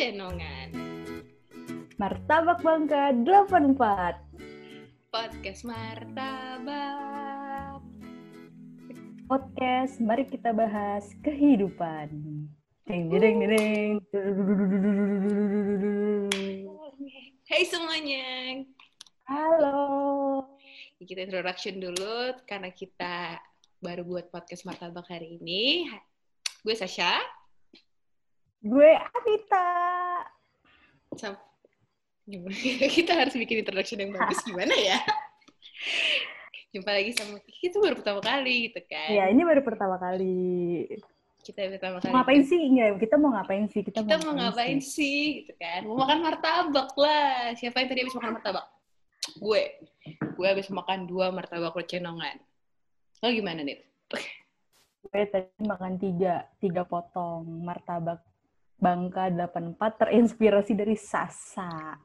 Cenongan. Martabak Bangka 84. Podcast Martabak. Podcast, mari kita bahas kehidupan. Ding ding ding. Hai semuanya. Halo. Kita introduction dulu karena kita baru buat podcast Martabak hari ini. Gue Sasha. Gue Anita. Kita harus bikin introduction yang bagus gimana ya? Jumpa lagi sama kita baru pertama kali gitu kan. Ya, ini baru pertama kali. Kita pertama kali. Ngapain sih? Enggak, kita mau ngapain sih? Kita mau ngapain sih gitu kan. Mau makan martabak lah. Siapa yang tadi habis makan martabak? Gue habis makan 2 martabak Cenongan. Lo gimana nih? Gue tadi makan 3 potong martabak Bangka 84 terinspirasi dari Sasa.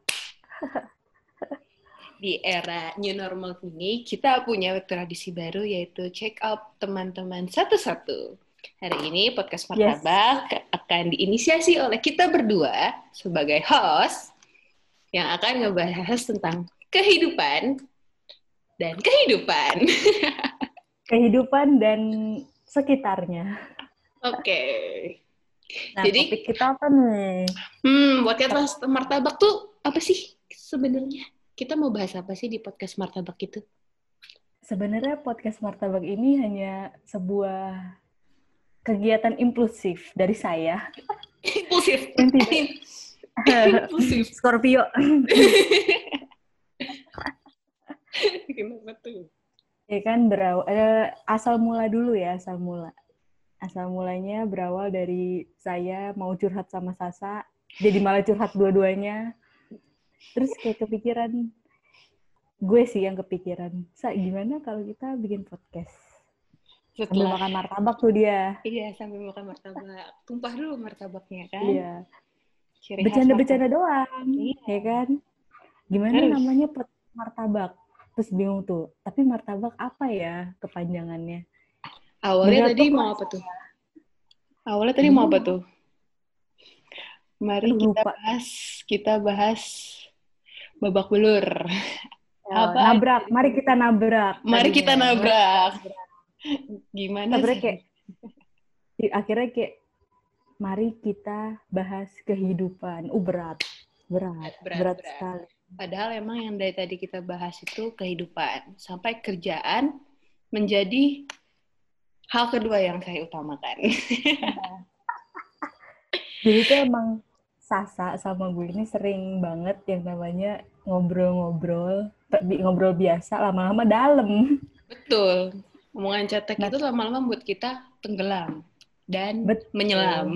Di era new normal ini, kita punya tradisi baru yaitu check out teman-teman satu-satu. Hari ini podcast Martabak akan diinisiasi oleh kita berdua sebagai host yang akan ngebahas tentang kehidupan dan kehidupan. Kehidupan dan sekitarnya. Oke. Nah, jadi topik kita apa nih? Podcast Martabak tuh apa sih sebenarnya? Kita mau bahas apa sih di podcast Martabak itu? Sebenarnya podcast Martabak ini hanya sebuah kegiatan impulsif dari saya. Impulsif. Impulsif. Scorpio. Gimana tuh? Ya kan, asal mula dulu ya, asal mula. Asal mulanya berawal dari saya mau curhat sama Sasa, jadi malah curhat dua-duanya. Terus kayak kepikiran, gue sih yang kepikiran, gimana kalau kita bikin podcast? Sambil makan martabak tuh dia. Iya, sambil makan martabak. Tumpah dulu martabaknya kan? Iya. Bercanda-bercanda doang, ya kan? Gimana namanya martabak? Terus bingung tuh, tapi martabak apa ya kepanjangannya? Awalnya tadi mau apa tuh? Mari kita bahas babak belur. Nabrak, mari kita nabrak. Gimana sih? Akhirnya kayak, mari kita bahas kehidupan. Berat sekali. Padahal emang yang dari tadi kita bahas itu kehidupan. Sampai kerjaan menjadi hal kedua yang saya utamakan. Jadi tuh emang Sasa sama gue ini sering banget yang namanya ngobrol biasa, lama-lama dalam. Betul. Omongan cetek itu lama-lama membuat kita tenggelam dan menyelam.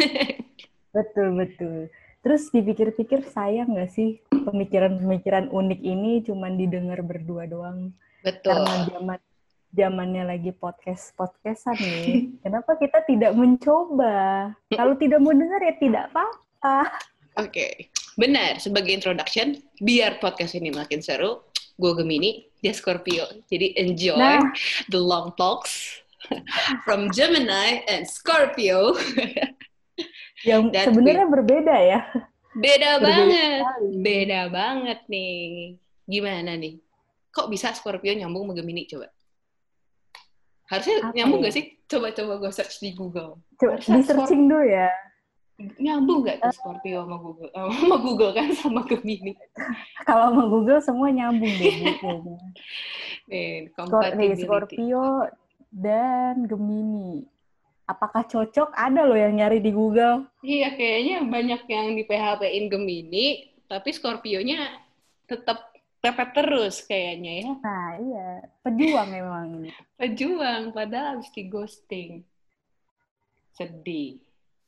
Betul. Terus dipikir-pikir sayang nggak sih pemikiran-pemikiran unik ini cuman didengar berdua doang. Betul. Karena zamannya lagi podcastan nih. Kenapa kita tidak mencoba? Kalau tidak mau dengar ya tidak apa-apa. Oke. Benar. Sebagai introduction, biar podcast ini makin seru, gue Gemini, dia Scorpio. Jadi enjoy the long talks from Gemini and Scorpio. Yang sebenarnya berbeda ya. Beda banget nih. Gimana nih? Kok bisa Scorpio nyambung sama Gemini coba? Harusnya nyambung nggak sih? Coba gue search di Google. Coba di searching dulu ya. Nyambung nggak tuh Scorpio sama Google? Sama Google kan sama Gemini. Kalau sama Google semua nyambung deh bukunya. Scorpio dan Gemini. Apakah cocok? Ada loh yang nyari di Google. Iya, kayaknya banyak yang di PHP-in Gemini, tapi Scorpio-nya tetap repet terus kayaknya ya. Nah, iya. Pejuang emang ini. Pejuang, padahal habis di ghosting. Sedih.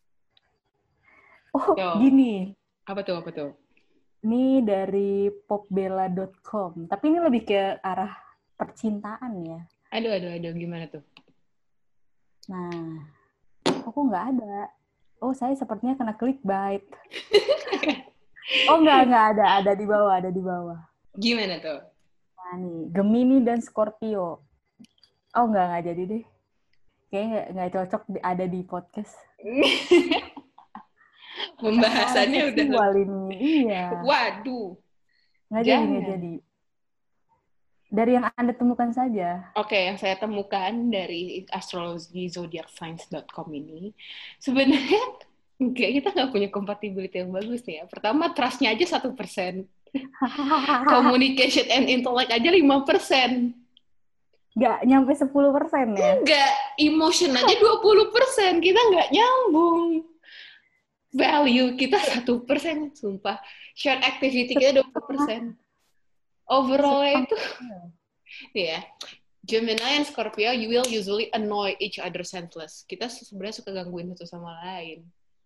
Gini. Apa tuh? Ini dari popbella.com. Tapi ini lebih ke arah percintaan ya. Aduh, gimana tuh? Nah, kok nggak ada? Oh, saya sepertinya kena clickbait. Oh, nggak ada di bawah. Gimana tuh? Nah, nih, Gemini dan Scorpio. Oh, nggak jadi deh. Kayaknya nggak cocok ada di podcast. Pembahasannya udah seksual ini. Iya. waduh. Nggak Jangan. jadi. Dari yang Anda temukan saja. Oke, yang saya temukan dari astrologi zodiacscience.com ini, sebenarnya kita nggak punya compatibility yang bagus nih ya. Pertama, trust-nya aja 1%. Communication and intellect aja 5%. Nggak nyampe 10% ya? Enggak, emotion aja 20%. Kita nggak nyambung. Value kita 1%, sumpah. Shared activity kita 20%. Overall itu, ya, Gemini and Scorpio, you will usually annoy each other senseless. Kita sebenarnya suka gangguin satu sama lain.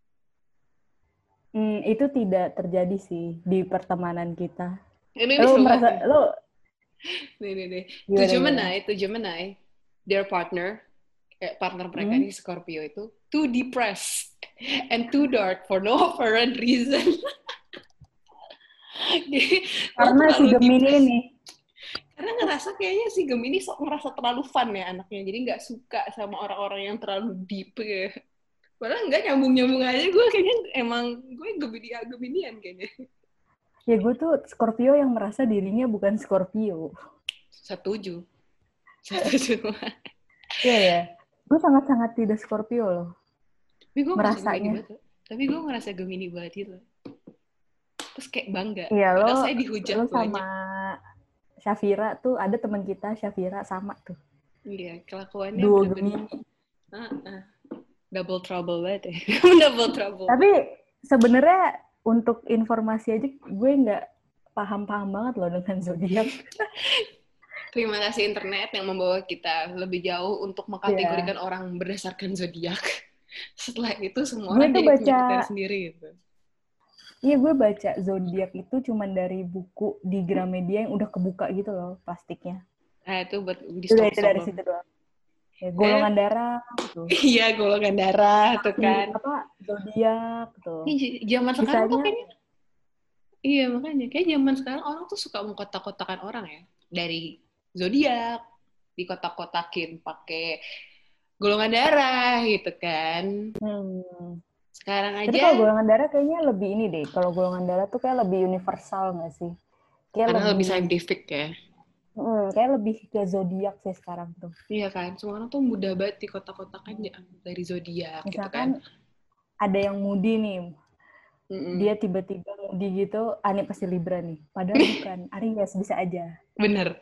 Itu tidak terjadi sih di pertemanan kita. Ini Lo seru merasa, banget. lo Nih. gimana? To Gemini, their partner, kayak partner mereka di Scorpio itu, too depressed and too dark for no apparent reason. Karena si Gemini ini. Karena ngerasa kayaknya si Gemini ngerasa terlalu fun ya anaknya, jadi nggak suka sama orang-orang yang terlalu deep ya. Padahal nggak nyambung-nyambung aja, gue kayaknya emang gue Geminian kayaknya. Ya gue tuh Scorpio yang merasa dirinya bukan Scorpio. Setuju. Iya ya. Gue sangat-sangat tidak Scorpio loh. Tapi gue merasanya. Tapi gue ngerasa Gemini banget gitu. Terus kayak bangga. Iya, padahal saya dihujat lo banyak. sama Syafira tuh, ada teman kita Syafira sama tuh. Iya, kelakuannya Duo Gemini. Double trouble banget ya. Double trouble. Tapi sebenarnya untuk informasi aja gue nggak paham-paham banget loh dengan zodiak. Terima kasih internet yang membawa kita lebih jauh untuk mengkategorikan orang berdasarkan zodiak. Setelah itu semua orang jadi punya kriteria sendiri gitu. Iya, gue baca zodiak itu cuman dari buku di Gramedia yang udah kebuka gitu loh plastiknya. Nah, itu buat di stok. Itu dari situ doang. Ya, golongan darah gitu. Iya, golongan darah tuh kan. Apa zodiak tuh. Zaman sekarang tuh kayaknya. Iya, makanya kayak zaman sekarang orang tuh suka mengkotak-kotakan orang ya. Dari zodiak dikotak-kotakin pakai golongan darah gitu kan. Sekarang aja. Tapi kalau golongan darah kayaknya lebih ini deh. Kalau golongan darah tuh kayak lebih universal nggak sih? Kayak karena lebih scientific ya. Kayak lebih ke zodiak sih sekarang tuh. Iya kan, semua orang tuh mudah banget di kotak-kotakan dari zodiak gitu kan. Ada yang Moody nih. Dia tiba-tiba Moody gitu, Ani pasti Libra nih. Padahal bukan, Aries bisa aja. Bener.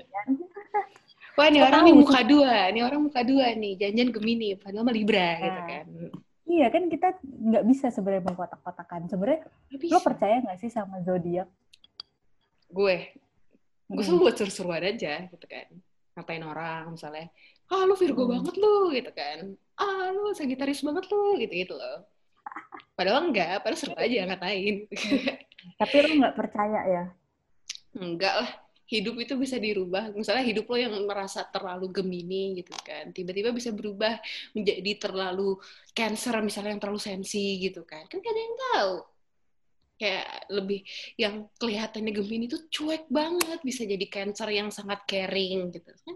Wah, ini orang nih muka dua nih, janjian Gemini, padahal mah Libra gitu kan. Iya kan, kita nggak bisa sebenarnya mengkotak-kotakan. Sebenarnya lo percaya nggak sih sama zodiak? Gue semua buat seru-seruan aja gitu kan. Ngatain orang misalnya, lu Virgo banget lu gitu kan. Lu Sagittarius banget lu gitu loh. Padahal enggak, padahal seru aja ngatain. Tapi lo nggak percaya ya? Enggak lah. Hidup itu bisa dirubah. Misalnya hidup lo yang merasa terlalu Gemini gitu kan, tiba-tiba bisa berubah menjadi terlalu Cancer misalnya, yang terlalu sensi gitu kan. Kan gak ada yang tahu. Kayak lebih yang kelihatannya Gemini tuh cuek banget, bisa jadi Cancer yang sangat caring gitu kan.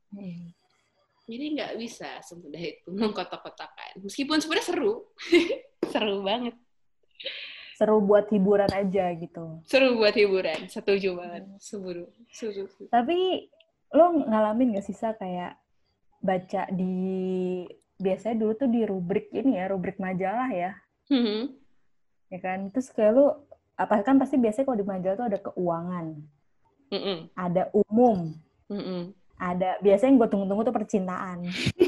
Jadi nggak bisa semudah itu mengkotak-kotakan. Meskipun sebenarnya seru. Seru banget. Seru buat hiburan aja gitu. Seru buat hiburan, setuju banget. Seru. Tapi lo ngalamin gak sih kayak baca di, biasanya dulu tuh di rubrik ini ya, rubrik majalah ya. Ya kan, terus kayak lo, apa kan pasti biasanya kalau di majalah tuh ada keuangan, ada umum, ada biasanya yang gue tunggu-tunggu tuh percintaan.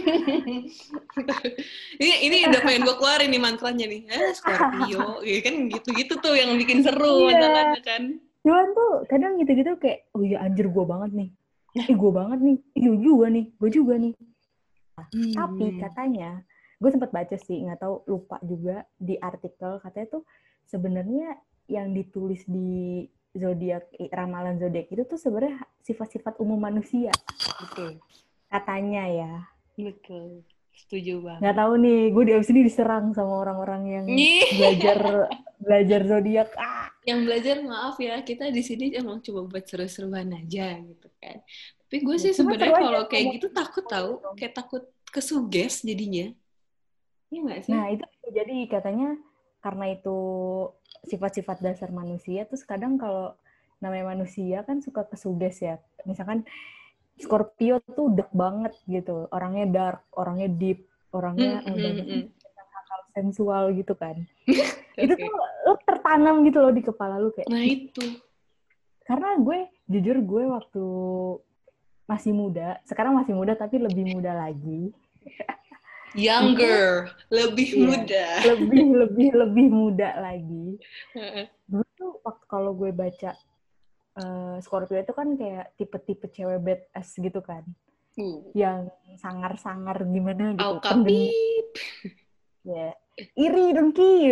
ini udah pengen gue keluarin nih mantranya nih. Scorpio, ya kan gitu-gitu tuh yang bikin seru majalahnya kan. Cuman tuh kadang gitu-gitu kayak, oh iya anjir gue banget nih. Gue banget nih. Gue juga nih. Tapi katanya, gue sempat baca sih, nggak tahu, lupa juga di artikel, katanya tuh sebenarnya yang ditulis di zodiak, ramalan zodiak itu tuh sebenarnya sifat-sifat umum manusia. Betul. Katanya ya. Betul. Setuju banget. Nggak tahu nih, gue di abis ini diserang sama orang-orang yang belajar zodiak. Yang belajar, maaf ya, kita di sini emang coba buat seru-seruan aja gitu kan. Tapi gue sih sebenarnya kalau kayak gitu takut kesuges jadinya. Iya nggak sih? Nah itu jadi katanya karena itu sifat-sifat dasar manusia, terus kadang kalau namanya manusia kan suka kesuges ya. Misalkan Scorpio tuh dark banget gitu, orangnya dark, orangnya deep, orangnya banyak hal sensual gitu kan. Itu tuh lo tertanam gitu loh di kepala lo kayak. Nah itu. Karena jujur gue waktu masih muda, sekarang masih muda tapi lebih muda lagi. Younger, lebih muda. Lebih muda lagi. Dulu tuh waktu kalau gue baca Scorpio itu kan kayak tipe-tipe cewek badass gitu kan. Yang sangar-sangar gimana gitu. Alkapip. Ya. Iri dengki.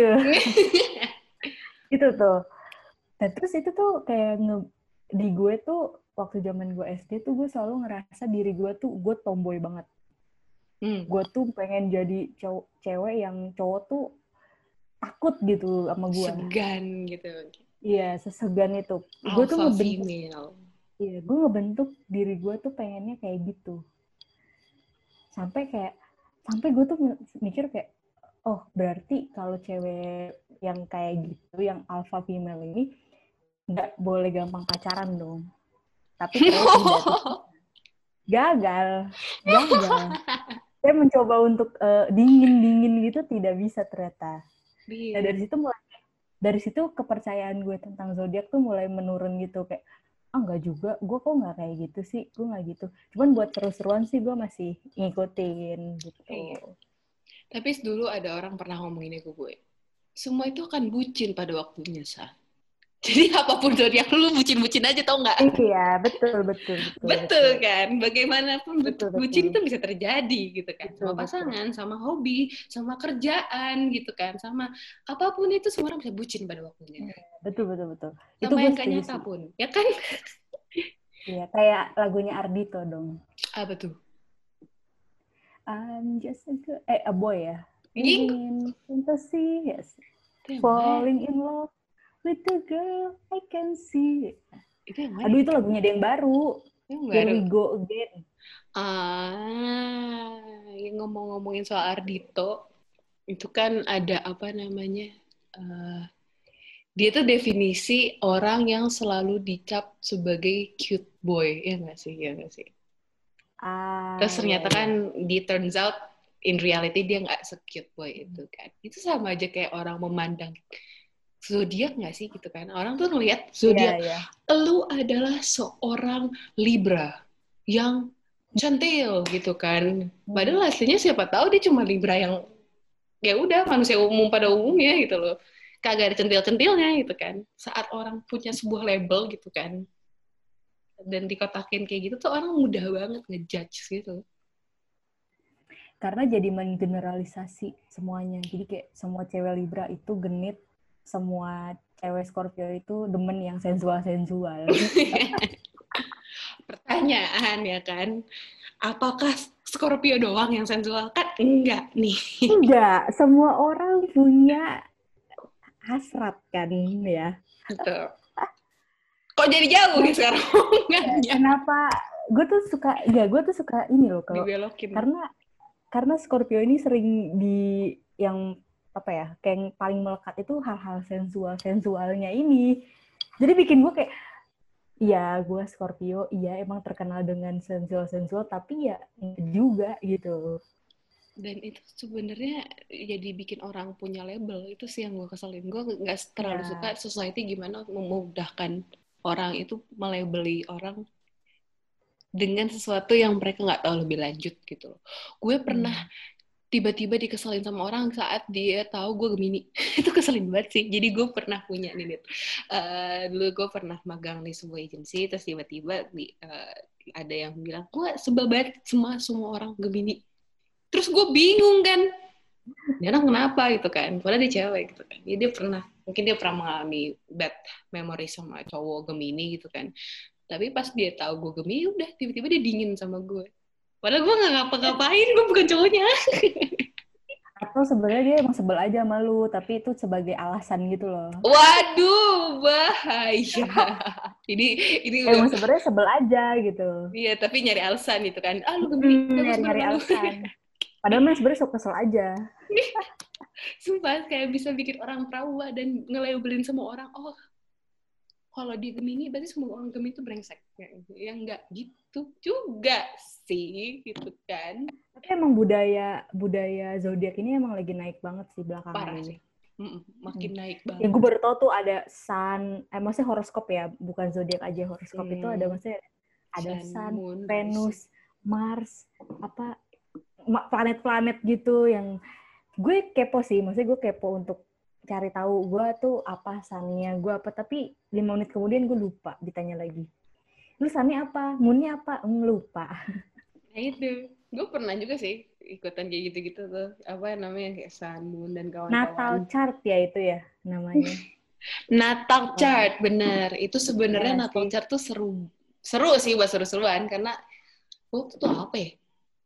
Itu tuh. Dan terus itu tuh kayak di gue tuh waktu zaman gue SD tuh gue selalu ngerasa diri gue tuh gue tomboy banget. Gue tuh pengen jadi cewek yang cowok tuh takut gitu sama gue. Segan gitu. Iya, sesegan itu. Gue tuh ngebentuk. Iya, gue ngebentuk diri gue tuh pengennya kayak gitu. Sampai gue tuh mikir kayak, oh berarti kalau cewek yang kayak gitu, yang alpha female ini, nggak boleh gampang pacaran dong. Tapi ternyata tidak. Gagal. Saya mencoba untuk dingin gitu, tidak bisa ternyata. Nah dari situ kepercayaan gue tentang zodiak tuh mulai menurun gitu, kayak enggak juga, gue kok nggak kayak gitu sih, gue nggak gitu. Cuman buat seru-seruan sih gue masih ngikutin gitu. Iya. Tapi dulu ada orang pernah ngomongin ke gue, semua itu akan bucin pada waktunya, Sa. Jadi apapun zodiak lu bucin-bucin aja, tau nggak? Iya, betul. Betul kan? Bagaimanapun betul. bucin itu bisa terjadi gitu kan. Betul, sama pasangan, sama hobi, sama kerjaan gitu kan. Sama apapun itu semua orang bisa bucin pada waktunya. Betul. Sama itu yang gak nyata pun. Ya kan? Iya, kayak lagunya Ardhito dong. Apa tuh? I'm just a boy ya. In fantasy, yes. Falling in love with the girl I can see. Itu yang mana? Aduh, itu lagunya dia yang baru. Here we go again. Yang ngomongin soal Ardhito, itu kan ada apa namanya? Dia tuh definisi orang yang selalu dicap sebagai cute boy, ya nggak sih? Terus ternyata kan di turns out in reality dia nggak se-cute boy itu kan. Itu sama aja kayak orang memandang zodiak nggak sih gitu kan. Orang tuh ngelihat zodiak, lu adalah seorang Libra yang centil gitu kan. Padahal aslinya siapa tahu dia cuma Libra yang ya udah manusia umum pada umumnya gitu loh. Kagak ada centil-centilnya gitu kan. Saat orang punya sebuah label gitu kan, dan dikotakin kayak gitu tuh orang mudah banget ngejudge gitu. Karena jadi menggeneralisasi semuanya. Jadi kayak semua cewek Libra itu genit, semua cewek Scorpio itu demen yang sensual-sensual. Pertanyaan ya kan, apakah Scorpio doang yang sensual? Kan enggak nih. Enggak, semua orang punya hasrat kan ya. Betul. Kok jadi jauh nih sekarang omongannya? Kenapa? Gue tuh suka ini loh kalau dibelokin. Karena Scorpio ini sering yang apa ya, kayak yang paling melekat itu hal-hal sensualnya ini. Jadi bikin gue kayak, iya gue Scorpio, iya emang terkenal dengan sensual, tapi ya juga gitu. Dan itu sebenarnya jadi bikin orang punya label. Itu sih yang gue keselin. Gue nggak terlalu suka society gimana memudahkan orang itu melabeli orang dengan sesuatu yang mereka nggak tahu lebih lanjut gitu loh. Gue pernah tiba-tiba dikeselin sama orang saat dia tahu gue Gemini. Itu keselin banget sih. Jadi gue pernah punya nih, dulu gue pernah magang di sebuah agensi, terus tiba-tiba ada yang bilang, gue sebel banget semua orang Gemini. Terus gue bingung kan, dia kenapa gitu kan, padahal dia cewek gitu kan. Jadi mungkin dia pernah mengalami bad memory sama cowok Gemini gitu kan. Tapi pas dia tahu gue Gemini, udah tiba-tiba dia dingin sama gue. Padahal gue nggak ngapa-ngapain, gue bukan cowoknya. Atau sebenarnya dia emang sebel aja sama lu, tapi itu sebagai alasan gitu loh. Waduh, bahaya. ini emang sebenarnya sebel aja gitu. Iya, tapi nyari alasan gitu kan. Lu Gemini, nyari alasan. Padahal sebenarnya kesel aja. Sumpah kayak bisa bikin orang trauma dan nge-labelin semua orang, oh kalau dia Gemini berarti semua orang Gemini itu brengsek. Ya enggak gitu juga sih, gitu kan. Tapi emang budaya zodiak ini emang lagi naik banget sih belakangan Parah ini. sih. Makin naik Ya gue banget. baru tahu tuh ada sun, maksudnya horoskop ya, bukan zodiak aja. Horoskop itu ada maksudnya ada Sun, sun, moon, rising. Venus, Mars, apa planet-planet gitu yang gue kepo sih. Maksudnya gue kepo untuk cari tahu gue tuh apa sunnya, gue apa. Tapi 5 menit kemudian gue lupa ditanya lagi. Lu sunnya apa? Moonnya apa? Lupa. Nah itu, gue pernah juga sih ikutan kayak gitu-gitu tuh. Apa namanya, kayak Sun, Moon, dan Natal kawan-kawan. chart ya itu ya namanya. Natal chart, bener. Itu sebenarnya Ya Natal sih. chart tuh seru. Seru sih buat seru-seruan, karena waktu itu apa ya?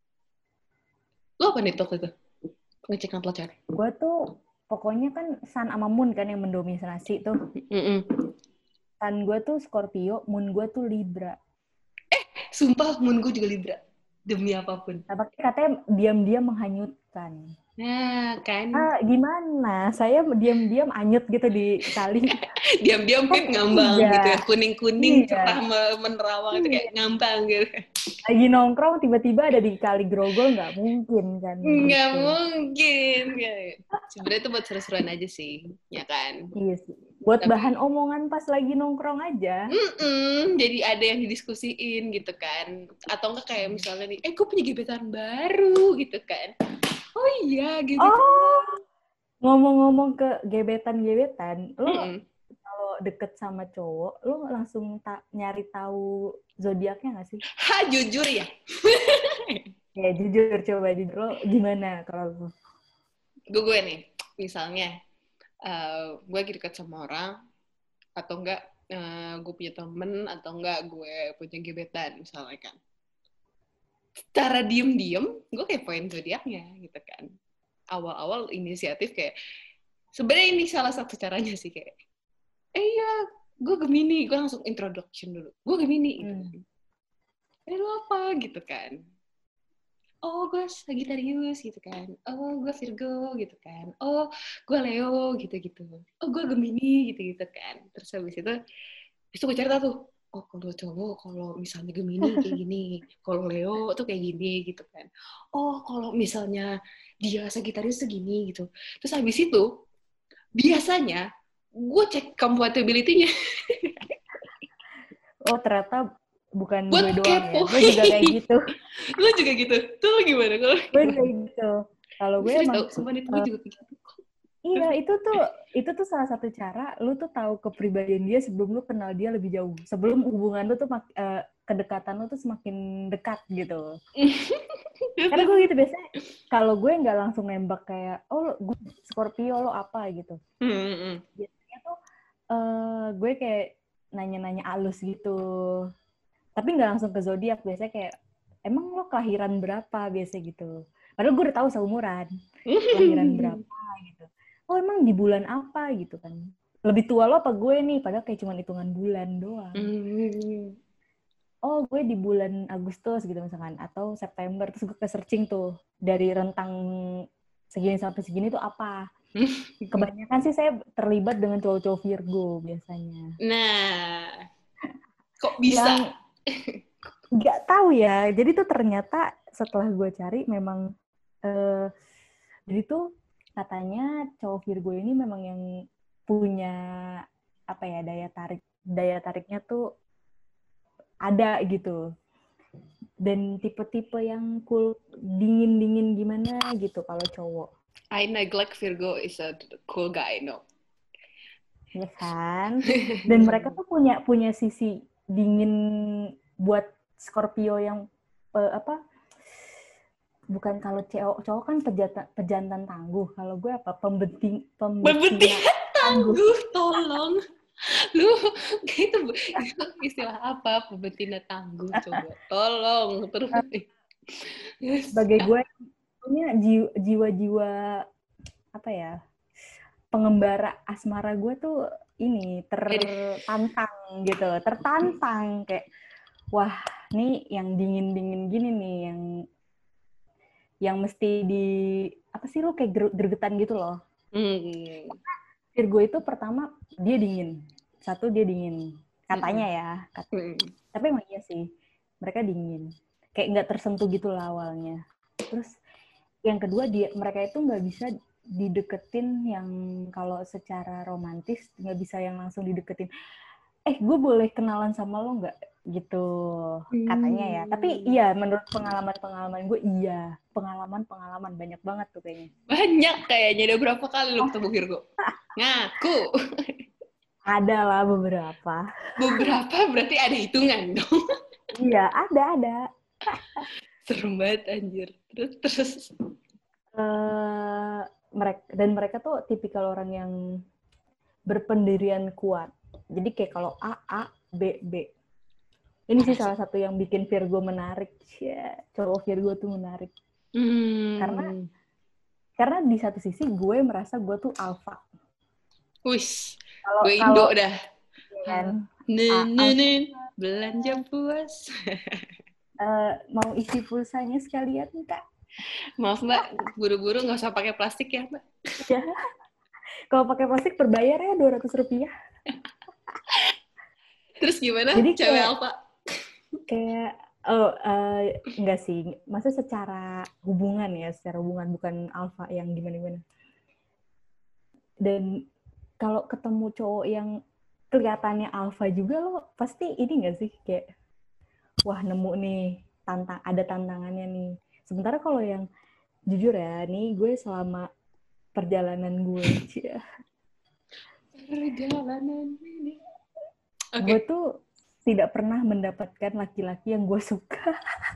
Lo apa nih waktu itu? Ngecek Natal chart? Gue tuh pokoknya kan Sun sama Moon kan yang mendominasi tuh. Sun gue tuh Scorpio, Moon gue tuh Libra. Sumpah, Moon gue juga Libra. Demi apapun. Tapi katanya diam-diam menghanyutkan. Nah, kan. Gimana? Saya diam-diam anyut gitu di kali. Diam-diam Kan Pip ngambang gitu ya. enggak. Kuning-kuning, cerah Iya. menerawang itu kayak Iya. ngambang gitu. Lagi nongkrong tiba-tiba ada di kali Grogol, nggak mungkin kan Nggak gitu. mungkin. Sebenarnya itu buat seru-seruan aja sih, ya kan? Iya sih. Buat bahan Tapi, omongan pas lagi nongkrong aja. jadi ada yang didiskusiin gitu kan. Atau enggak kayak misalnya nih, gue punya gebetan baru gitu kan. Oh iya, gebetan Oh, baru. ngomong-ngomong ke gebetan-gebetan, lo Mm-mm. kalau deket sama cowok, lo langsung nyari tahu zodiaknya nggak sih? Jujur ya. Ya jujur, coba jujur lo gimana kalau lo? Gue nih, misalnya, gue lagi deket sama orang, atau enggak gue punya temen, atau enggak gue punya gebetan misalnya kan. Secara diem-diem, gue kepoin zodiaknya gitu kan. Awal-awal inisiatif kayak, sebenarnya ini salah satu caranya sih kayak, iya, gue Gemini, gue langsung introduction dulu. Gue Gemini gitu kan. Lu apa gitu kan. Oh, gue Sagittarius gitu kan. Oh, gue Virgo gitu kan. Oh, gue Leo gitu-gitu. Oh, gue Gemini gitu-gitu kan. Terus habis itu gue cerita tuh. Oh, kalau cowok, kalau misalnya Gemini kayak gini. Kalau Leo tuh kayak gini gitu kan. Oh, kalau misalnya dia Sagittarius tuh gini gitu. Terus habis itu, biasanya gue cek compatibility-nya. Oh, ternyata bukan gue Buat doang ya. kepo. Gue juga kayak gitu. Lu juga gitu? Tuh lu gimana? Kalau Gue gimana? kayak gitu. Kalau Gue gue serius emang tau, sumpah nih, gue juga begitu. iya, itu tuh salah satu cara lu tuh tahu kepribadian dia sebelum lu kenal dia lebih jauh. Sebelum hubungan lu tuh kedekatan lu tuh semakin dekat gitu. Karena gue gitu biasanya kalau gue nggak langsung nembak kayak oh gue Scorpio lo apa gitu. Biasanya tuh gue kayak nanya-nanya alus gitu. Tapi nggak langsung ke zodiak, biasanya kayak emang lo kelahiran berapa biasa gitu. Padahal gue udah tahu seumuran kelahiran berapa gitu. Oh emang di bulan apa gitu kan. Lebih tua lo apa gue nih, padahal kayak cuma hitungan bulan doang. Oh gue di bulan Agustus gitu misalkan, atau September, terus gue ke searching tuh dari rentang segini sampai segini tuh apa. Kebanyakan sih saya terlibat dengan cowok-cowok Virgo biasanya. Nah, kok bisa? Yang nggak tahu ya, jadi tuh ternyata setelah gue cari memang jadi tuh katanya cowok Virgo ini memang yang punya apa ya daya tariknya tuh ada gitu, dan tipe-tipe yang cool, dingin gimana gitu kalau cowok. I neglect Virgo is a cool guy, no. Ya kan, dan mereka tuh punya sisi dingin buat Scorpio yang apa, bukan, kalau cowok kan pejantan tangguh, kalau gue apa, Berbeting pembetina tangguh. tangguh, tolong. Lu, itu istilah apa? Pembetina tangguh, coba. Tolong, terus. Sebagai gue punya jiwa-jiwa apa ya, pengembara asmara gue tuh ini tertantang gitu, tertantang kayak wah nih yang dingin gini nih yang mesti di apa sih, lo kayak gregetan gitu loh. Hmm. Virgo itu pertama dia dingin. Satu dia dingin. Katanya ya. Tapi emang iya sih. Mereka dingin. Kayak nggak tersentuh gitu lah awalnya. Terus yang kedua mereka itu nggak bisa dideketin yang kalau secara romantis nggak bisa yang langsung dideketin. Gue boleh kenalan sama lo nggak? Gitu katanya ya. Tapi iya menurut pengalaman gue iya. Pengalaman banyak banget tuh kayaknya. Banyak kayaknya. Udah berapa kali lo ketemu Virgo? Ngaku. Ada lah beberapa. Beberapa berarti ada hitungan dong. Iya, ada. Serem banget anjir. Terus. Mereka tuh tipikal orang yang berpendirian kuat. Jadi kayak kalau A, B, B. Ini sih salah satu yang bikin Virgo menarik. Cowok Virgo tuh menarik. Karena di satu sisi gue merasa gue tuh alpha. Wis, gue Indo dah. Kan, belanja puas. Mau isi pulsanya sekalian, Kak? Maaf Mbak, buru-buru nggak usah pakai plastik ya Mbak. Ya. Kalau pakai plastik berbayar ya Rp200. Terus gimana? Jadi cewek alpha? Kayak enggak sih, maksudnya secara hubungan bukan alpha yang gimana-gimana. Dan kalau ketemu cowok yang kelihatannya alpha juga lo pasti ini enggak sih kayak wah nemu nih ada tantangannya nih. Sementara kalau yang jujur ya, nih gue selama perjalanan gue gue tuh tidak pernah mendapatkan laki-laki yang gue suka.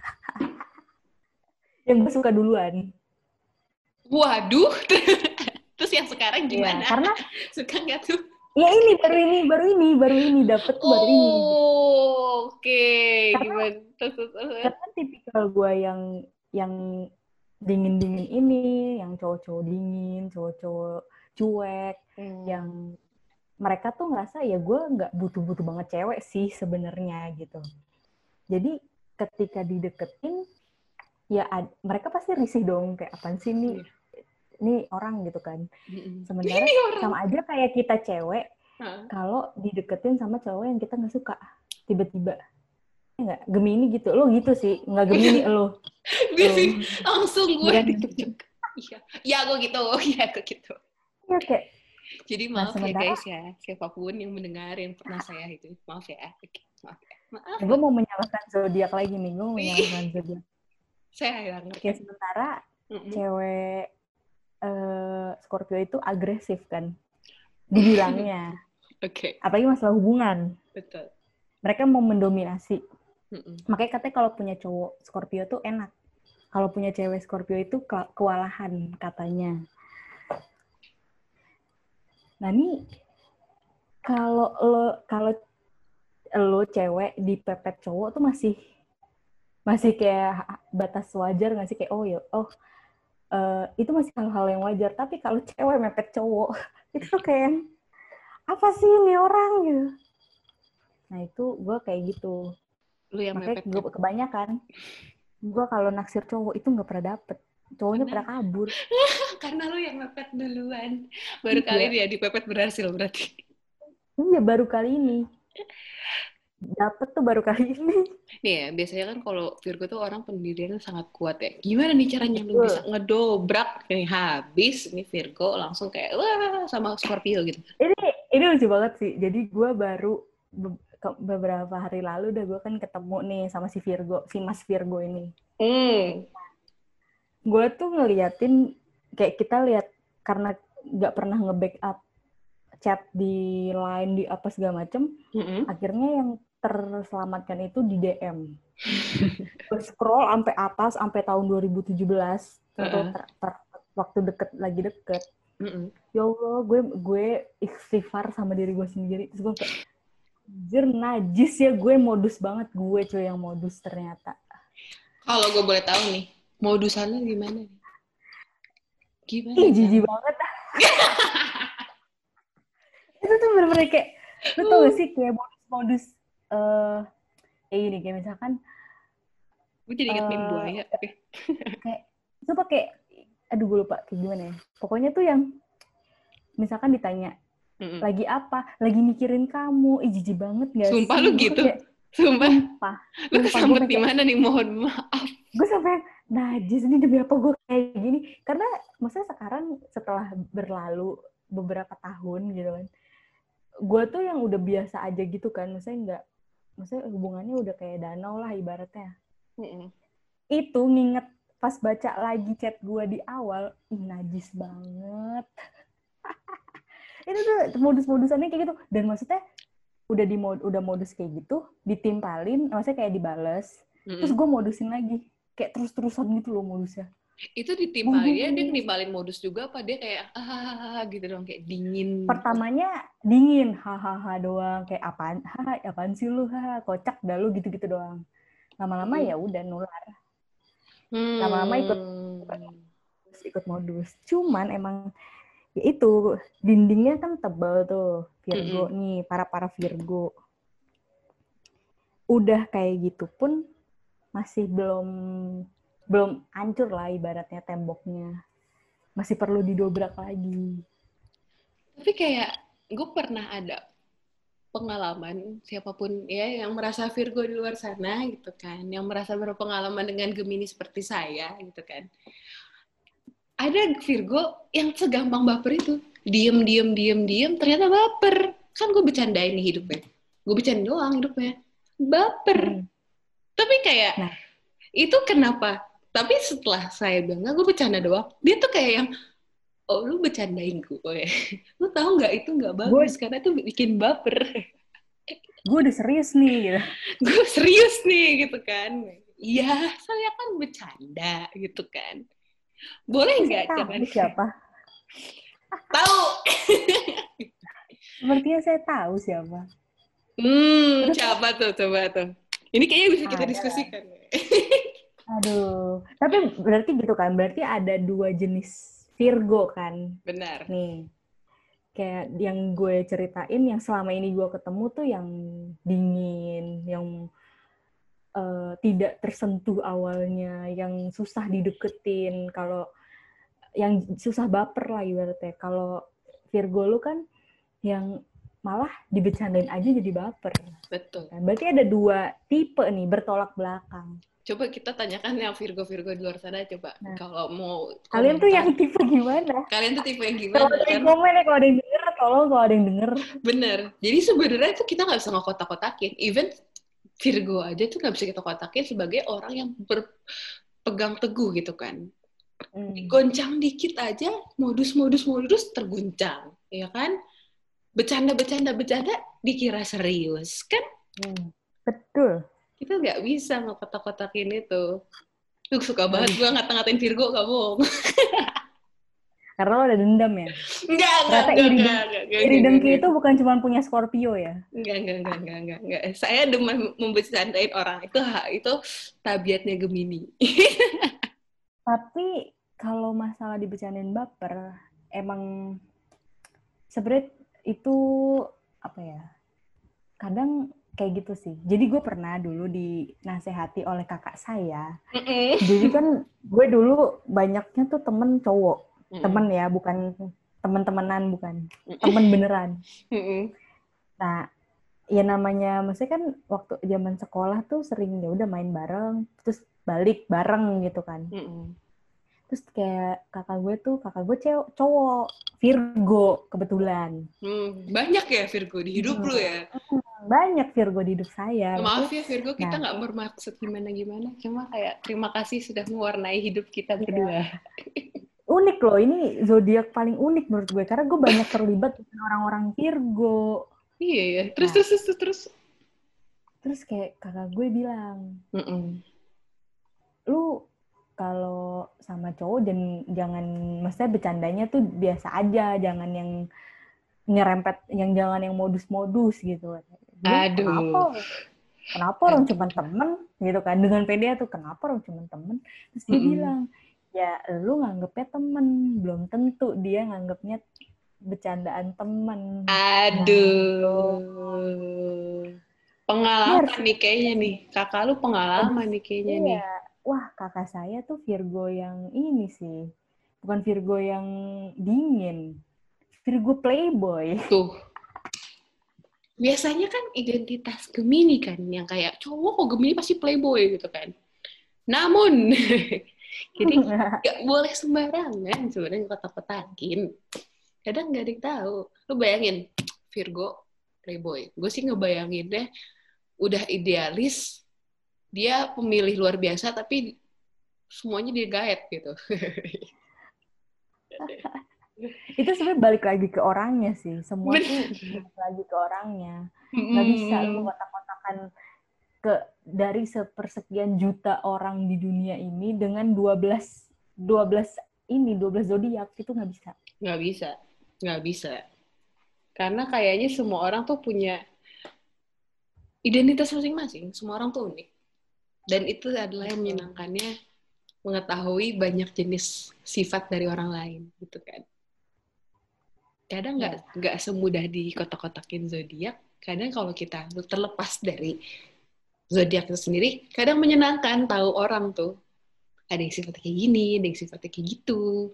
Yang gue suka duluan. Waduh. Terus yang sekarang gimana? Ya, karena suka nggak tuh? Ya ini baru ini dapet baru ini. Oke. Gimana? Karena tipikal gue yang dingin-dingin ini, yang cowok-cowok dingin, cowok-cowok cuek, yang mereka tuh ngerasa ya gue nggak butuh-butuh banget cewek sih sebenarnya gitu. Jadi ketika dideketin, ya mereka pasti risih dong kayak apaan sih nih orang gitu kan. Sementara sama aja kayak kita cewek, kalau dideketin sama cowok yang kita nggak suka, tiba-tiba nggak Gemini gitu, lo gitu sih, nggak Gemini lo. Langsung gue ditunjuk. Iya, gue gitu. Iya, kayak. Jadi maaf ya guys ya, siapapun yang mendengar yang pernah saya itu, maaf ya. Maaf. Gue mau menyalahkan zodiak lagi nih, gue mau menyalahkan zodiak. Saya ngerti. Kayak sementara cewek Scorpio itu agresif kan, dibilangnya. Oke. Apalagi masalah hubungan. Betul. Mereka mau mendominasi. Makanya katanya kalau punya cowok Scorpio tuh enak. Kalau punya cewek Scorpio itu kewalahan katanya. Nah nih kalau lo cewek dipepet cowok tuh masih kayak batas wajar nggak sih, kayak itu masih hal-hal yang wajar. Tapi kalau cewek mepet cowok itu tuh kayak apa sih ini orang gitu. Nah itu gue kayak gitu. Lu yang makanya mepet gue kebanyakan gue kalau naksir cowok itu nggak pernah dapet, cowoknya pernah kabur. Karena lu yang mepet duluan. Baru kali dia dipepet berhasil berarti. Iya, baru kali ini. Dapet tuh baru kali ini. Nih ya, biasanya kan kalau Virgo tuh orang pendiriannya sangat kuat ya. Gimana nih caranya lu bisa ngedobrak nih habis nih Virgo langsung kayak wah sama Scorpio gitu. Ini lucu banget sih. Jadi gue baru beberapa hari lalu udah gue kan ketemu nih sama si Mas Virgo ini. Gue tuh ngeliatin kayak kita lihat karena nggak pernah nge-backup chat di line di apa segala macem, akhirnya yang terselamatkan itu di DM. Gue scroll sampai atas sampai tahun 2017 waktu lagi deket. Ya Allah, gue istighfar sama diri gue sendiri. Terus gue kayak najis ya, gue modus banget, gue cuy yang modus ternyata. Kalau gue boleh tahu nih, modusannya gimana? Ih, jijik banget. Itu tuh bener-bener kayak, lu tau gak sih kayak modus-modus kayak gini, kayak misalkan gue jadi inget meme buaya. Kayak, coba kayak, aduh gue lupa kayak gimana ya. Pokoknya tuh yang misalkan ditanya, lagi apa? Lagi mikirin kamu. Ih, jijik banget gak Sumpah sih? lu Gue gitu? kayak, Sumpah? Lu sumpah gue kesambet di kayak, mana nih? Mohon maaf. gue sampai najis ini demi apa gue kayak gini. Karena maksudnya sekarang setelah berlalu beberapa tahun gitu kan, gue tuh yang udah biasa aja gitu kan. Maksudnya hubungannya udah kayak danau lah ibaratnya. Itu nginget pas baca lagi chat gue di awal, najis banget. Itu tuh modus-modusannya kayak gitu. Dan maksudnya udah modus kayak gitu, ditimpalin, maksudnya kayak dibales, terus gue modusin lagi. Kayak terus-terusan gitu loh modusnya. Itu ditimpalin, dia nimpalin modus juga apa dia kayak gitu dong, kayak dingin. Pertamanya dingin, hahaha doang, kayak apaan sih lu, kocak dah lu gitu-gitu doang. Lama-lama ya udah nular. Lama-lama ikut modus. Cuman emang ya itu dindingnya kan tebal tuh Virgo nih, para Virgo. Udah kayak gitu pun masih belum hancur lah ibaratnya temboknya. Masih perlu didobrak lagi. Tapi kayak gue pernah ada pengalaman, siapapun ya yang merasa Virgo di luar sana gitu kan, yang merasa berpengalaman dengan Gemini seperti saya gitu kan. Ada Virgo yang segampang baper itu. Diem, ternyata baper. Kan gue bercandain nih hidupnya. Gue bercandain doang hidupnya. Baper. Tapi kayak, itu kenapa? Tapi setelah saya bilang, gue bercanda doang. Dia tuh kayak yang, oh lu bercandain gue. Lu tahu nggak itu nggak bagus, karena itu bikin baper. Gue udah serius nih gitu. Gue serius nih gitu kan. Iya, saya kan bercanda gitu kan. Boleh nggak jangan siapa? Tahu. Sepertinya saya tahu siapa. Siapa tuh? Coba tuh. Ini kayaknya bisa kita diskusikan. Aduh, tapi berarti gitu kan? Berarti ada 2 jenis Virgo kan? Benar. Nih, kayak yang gue ceritain, yang selama ini gue ketemu tuh yang dingin, yang tidak tersentuh awalnya, yang susah dideketin, kalau yang susah baper lah ibaratnya. Kalau Virgo lu kan yang malah dibecandain aja jadi baper. Betul. Berarti ada 2 tipe nih, bertolak belakang. Coba kita tanyakan yang Virgo-Virgo di luar sana, coba. Kalau mau komentar. Kalian tuh yang tipe gimana? Kalian tuh tipe yang gimana? Kalau ada yang komen ya, kalau ada yang denger, tolong kalau ada yang denger. Bener. Jadi sebenarnya tuh kita nggak bisa ngekotak-kotakin. Even Virgo aja tuh nggak bisa kita kotakin sebagai orang yang berpegang teguh gitu kan. Goncang dikit aja, modus terguncang, ya kan? Bercanda dikira serius, kan? Betul. Kita nggak bisa ngekotak-kotakin itu. Lu suka banget gue ngata-ngatain Virgo, kamu. Karena lo ada dendam ya? Enggak. Iri dengki itu bukan cuma punya Scorpio ya? Enggak. Saya demen membercandain orang. Itu tabiatnya Gemini. Tapi kalau masalah dibercandain baper, emang sebenarnya itu apa ya? Kadang kayak gitu sih. Jadi gue pernah dulu dinasehati oleh kakak saya. Jadi kan gue dulu banyaknya tuh temen cowok. Temen ya, bukan temen-temenan, bukan. Temen beneran. Nah, ya namanya, maksudnya kan waktu zaman sekolah tuh sering ya udah main bareng, terus balik bareng gitu kan. Terus kayak kakak gue cowok, Virgo kebetulan. Banyak ya Virgo di hidup lu ya? Banyak Virgo di hidup saya. Maaf ya Virgo, kita nggak bermaksud gimana-gimana. Cuma kayak terima kasih sudah mewarnai hidup kita berdua. Unik loh, ini zodiak paling unik menurut gue. Karena gue banyak terlibat dengan orang-orang Virgo. Iya ya, terus. Terus kayak kakak gue bilang, lu kalau sama cowok jangan, maksudnya bercandanya tuh biasa aja, jangan yang nyerempet, jangan yang modus-modus gitu. Aduh. Kenapa orang cuma temen gitu kan, dengan pede tuh, kenapa orang cuma temen. Terus dia bilang, ya lu nganggepnya temen, belum tentu dia nganggepnya bercandaan temen. Aduh. Pengalaman nih kayaknya nih. Kakak lu pengalaman nih kayaknya nih. Wah, kakak saya tuh Virgo yang ini sih. Bukan Virgo yang dingin. Virgo playboy. Tuh. Biasanya kan identitas Gemini kan, yang kayak cowok kok Gemini pasti playboy gitu kan. Namun, jadi nggak boleh sembarangan sebenarnya kotak-kotakin. Kadang nggak ada yang tahu. Lu bayangin, Virgo playboy. Gue sih ngebayanginnya udah idealis, dia pemilih luar biasa, tapi semuanya dia gaet gitu. Itu sebenarnya balik lagi ke orangnya sih. Semua tuh balik lagi ke orangnya. Nggak bisa lu kotak-kotakan dari sepersekian juta orang di dunia ini dengan 12 zodiak itu nggak bisa. Nggak bisa. Karena kayaknya semua orang tuh punya identitas masing-masing. Semua orang tuh unik. Dan itu adalah yang menyenangkannya, mengetahui banyak jenis sifat dari orang lain, gitu kan. Kadang nggak semudah di kotak-kotakin zodiak. Kadang kalau kita terlepas dari zodiak itu sendiri, kadang menyenangkan tahu orang tuh ada yang sifatnya kayak gini, ada yang sifatnya kayak gitu.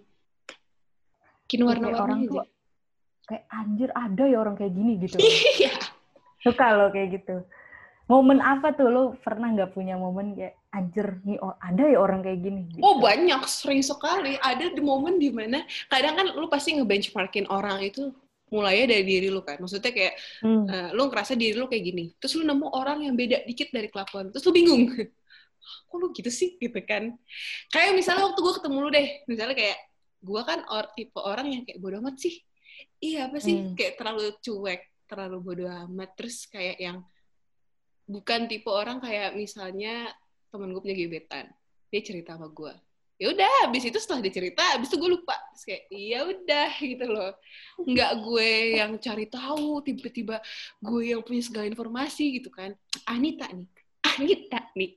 Bikin warna-warni aja. Tuh, kayak anjir ada ya orang kayak gini gitu. Iya. Suka lo kayak gitu. Momen apa tuh lo pernah nggak punya momen kayak anjir nih ada ya orang kayak gini? Gitu. Oh banyak, sering sekali. Ada di momen dimana kadang kan lo pasti ngebenchmarkin orang itu mulainya dari diri lo kan. Maksudnya kayak lo ngerasa diri lo kayak gini. Terus lo nemu orang yang beda dikit dari kelakuan. Terus lo bingung. Kok lo gitu sih? Gitu kan. Kayak misalnya waktu gue ketemu lo deh. Misalnya kayak gue kan tipe orang yang kayak bodo amat sih. Iya apa sih? Kayak terlalu cuek, terlalu bodo amat. Terus kayak yang bukan tipe orang kayak misalnya temen gue punya gebetan, dia cerita sama gue, ya udah habis itu setelah dia cerita habis itu gue lupa. Terus kayak ya udah gitu loh, nggak gue yang cari tahu tiba-tiba gue yang punya segala informasi gitu kan. Anita nih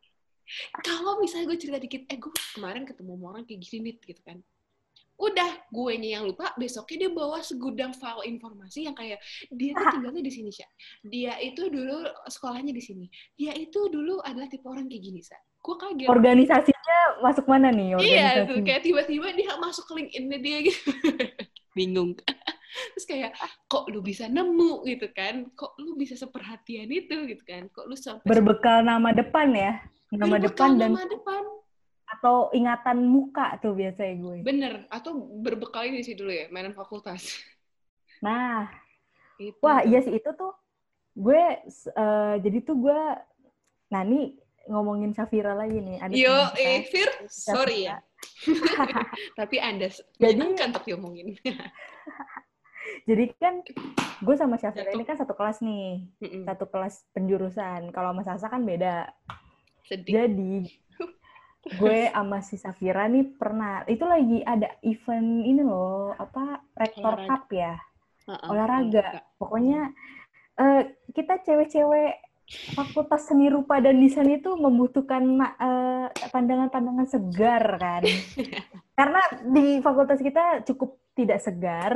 kalau misalnya gue cerita dikit, gue kemarin ketemu orang kayak gini nih gitu kan, udah guenya yang lupa, besoknya dia bawa segudang file informasi yang kayak dia tuh tinggalnya di sini, Sya. Dia itu dulu sekolahnya di sini. Dia itu dulu adalah tipe orang kayak gini, Sya. Gue kaget. Organisasinya masuk mana nih? Iya, tuh kayak tiba-tiba dia masuk ke LinkedIn-nya dia gitu. Bingung. Terus kayak, kok lu bisa nemu gitu kan? Kok lu bisa seperhatian itu gitu kan? Kok lu sampai berbekal nama depan ya? Nama depan dan atau ingatan muka tuh biasanya gue. Bener, atau berbekal ini sih dulu ya, mainan fakultas. Nah, itu. Wah iya sih itu tuh gue, jadi tuh gue, nah nih ngomongin Safira lagi nih. Ada yo, Fir, sorry ya. Tapi Anda menyenangkan untuk diomongin. Jadi kan gue sama Safira ini kan satu kelas nih, satu kelas penjurusan. Kalau sama Sasa kan beda. Sedih. Jadi gue sama si Safira nih pernah, itu lagi ada event ini loh, apa Rektor Cup ya, olahraga. Pokoknya kita cewek-cewek Fakultas Seni Rupa dan Desain itu membutuhkan pandangan-pandangan segar kan, karena di fakultas kita cukup tidak segar.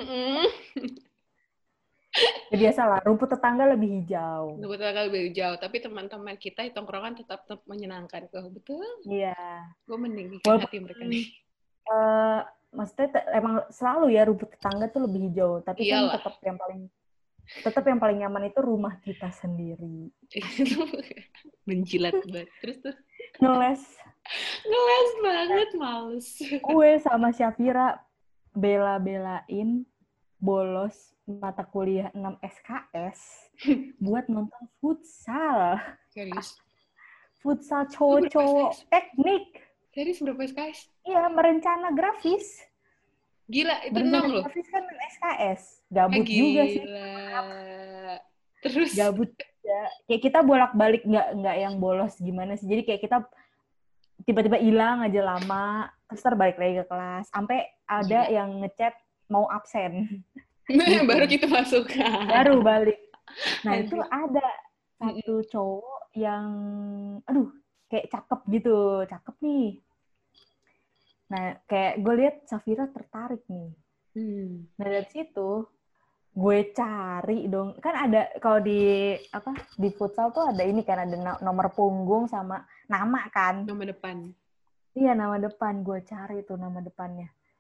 Ya biasalah, rumput tetangga lebih hijau. Rumput tetangga lebih hijau, tapi teman-teman kita di tongkrongan tetap menyenangkan kok, betul? Iya. Gue meninggikan hati mereka nih. Maksudnya emang selalu ya rumput tetangga tuh lebih hijau, tapi kan tetap yang paling nyaman itu rumah kita sendiri. Menjilat banget. Terus tuh ngeles banget, males. Gue sama Syafira bela-belain bolos mata kuliah 6 SKS buat nonton futsal. Serius? Futsal cowok-cowok teknik. Serius berapa SKS? Iya, merencana grafis. Gila, itu 6 loh. Grafis kan 6 SKS. Gabut juga sih. Terus? Gabut ya. Kayak kita bolak-balik, nggak yang bolos gimana sih. Jadi kayak kita tiba-tiba hilang aja lama, terus balik lagi ke kelas. Sampai ada yang ngechat mau absen. Gitu. Baru kita masuk. Baru balik. Nah, itu ada satu cowok yang, kayak cakep gitu. Cakep nih. Nah, kayak gue lihat Safira tertarik nih. Nah, dari situ gue cari dong. Kan ada, kalau di futsal tuh ada ini kan, ada nomor punggung sama nama kan. Nama depan. Iya, nama depan. Gue cari tuh nama depannya.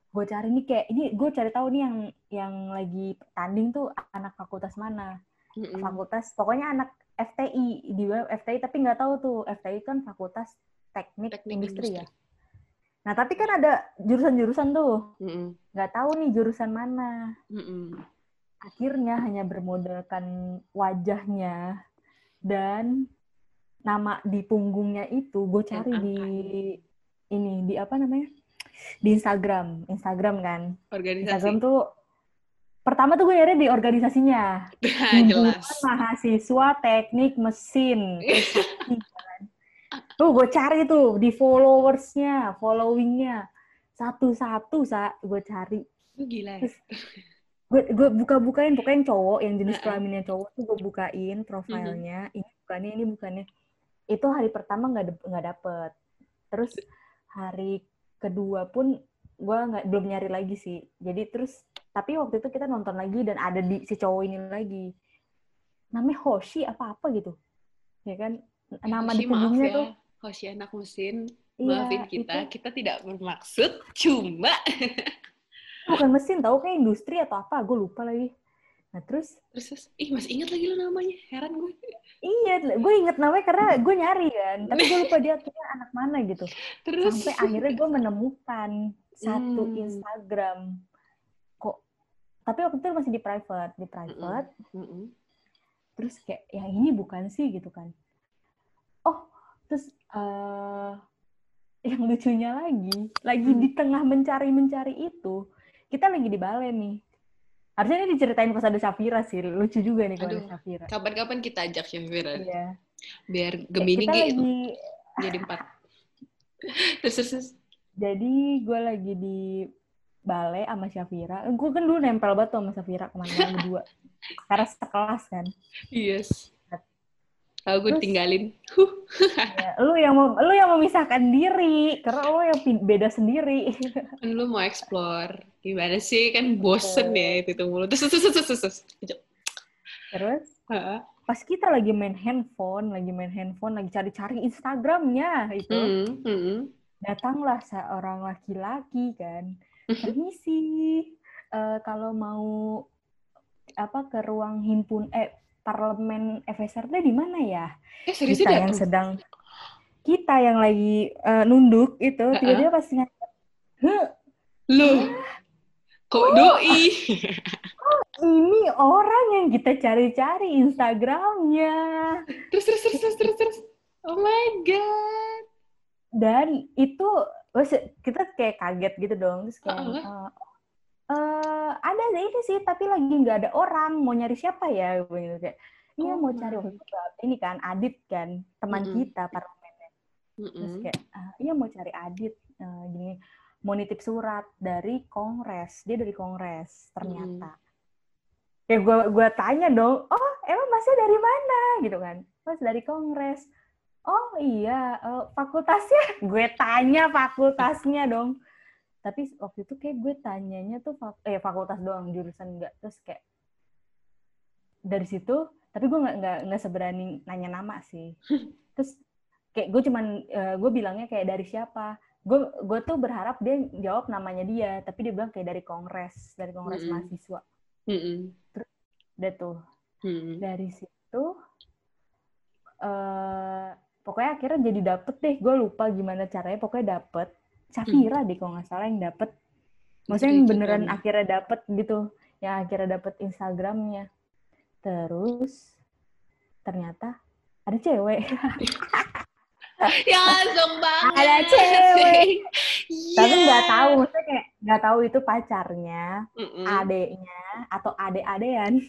gue cari nih kayak ini, gue cari tahu nih yang lagi tanding tuh anak fakultas mana. Fakultas pokoknya anak FTI, di web FTI, tapi nggak tahu tuh FTI kan fakultas teknik industri ya. Nah tapi kan ada jurusan-jurusan tuh, nggak tahu nih jurusan mana. Akhirnya hanya bermodalkan wajahnya dan nama di punggungnya itu gue cari di apa namanya, di Instagram kan. Organisasi. Instagram tuh pertama tuh gue nyari di organisasinya, Himpunan Mahasiswa Teknik Mesin Trisakti kan. Tuh gue cari tuh di followingnya satu-satu gue cari. Gila. Terus gue bukain pokoknya cowok yang jenis kelaminnya cowok tuh gue bukain profilnya. Ini bukannya. Itu hari pertama nggak dapet. Terus hari kedua pun gue belum nyari lagi sih. Jadi terus tapi waktu itu kita nonton lagi dan ada di si cowok ini lagi. Namanya Hoshi apa gitu. Ya kan? Nama Hoshi, di punggungnya tuh. Hoshi anak mesin. Maafin kita. Kita tidak bermaksud. Cuma. Bukan mesin, tahu kayak industri atau apa. Gue lupa lagi. Nah terus masih ingat lagi lo namanya. Heran gue. Iya, gue inget namanya karena gue nyari kan. Tapi gue lupa dia anak mana gitu. Terus? Sampai akhirnya gue menemukan satu Instagram. Tapi waktu itu masih di private. Terus kayak, yang ini bukan sih gitu kan. Oh, terus yang lucunya lagi di tengah mencari itu, kita lagi di Balen nih. Harusnya ini diceritain pas ada Syafira sih, lucu juga nih kalau ada Syafira. Kapan-kapan kita ajak Syafira. Iya. Biar Gemini kita lagi jadi 4. Terus. Jadi gue lagi di balai sama Syafira. Gue kan dulu nempel banget sama Syafira kemana-mana berdua. Karena sekelas kan. Yes. Kalau gue ditinggalin. Ya, lu yang memisahkan diri, karena lo yang beda sendiri. Kan lu mau explore. Gimana sih? Kan bosen ya itu mulu. Terus. Pas kita lagi main handphone, lagi cari-cari Instagramnya itu. Datanglah seorang laki-laki kan. Permisi, kalau mau ke ruang parlemen FSRD di mana ya? Kita yang lagi nunduk itu tiba-tiba pas ngeliat, loh, kok doi? Ini orang yang kita cari-cari Instagramnya. Terus. Oh my god. Dan itu kita kayak kaget gitu dong. Terus kayak ada ini sih, tapi lagi nggak ada orang. Mau nyari siapa ya? Gitu kayak. Iya mau cari ini kan Adit kan, teman kita parlemennya. Terus kayak iya mau cari Adit gini, mau nitip surat dari Kongres. Dia dari Kongres ternyata. Ya gue tanya dong, oh emang masnya dari mana gitu kan? Mas dari Kongres. Oh iya, fakultasnya? Gue tanya fakultasnya dong. Tapi waktu itu kayak gue tanyanya tuh fakultas doang, jurusan enggak. Terus kayak dari situ, tapi gue nggak seberani nanya nama sih. Terus kayak gue bilangnya kayak dari siapa. Gue tuh berharap dia jawab namanya dia, tapi dia bilang kayak dari Kongres mahasiswa. Terus udah tuh dari situ pokoknya akhirnya jadi dapet deh. Gue lupa gimana caranya, pokoknya dapet. Syafira deh kalau nggak salah yang dapet. Maksudnya yang beneran akhirnya dapet gitu, yang akhirnya dapet Instagramnya. Terus ternyata ada cewek. Ya langsung banget. Ada cewek. Tapi nggak tahu, maksudnya kayak nggak tahu itu pacarnya, adeknya atau ade-adean.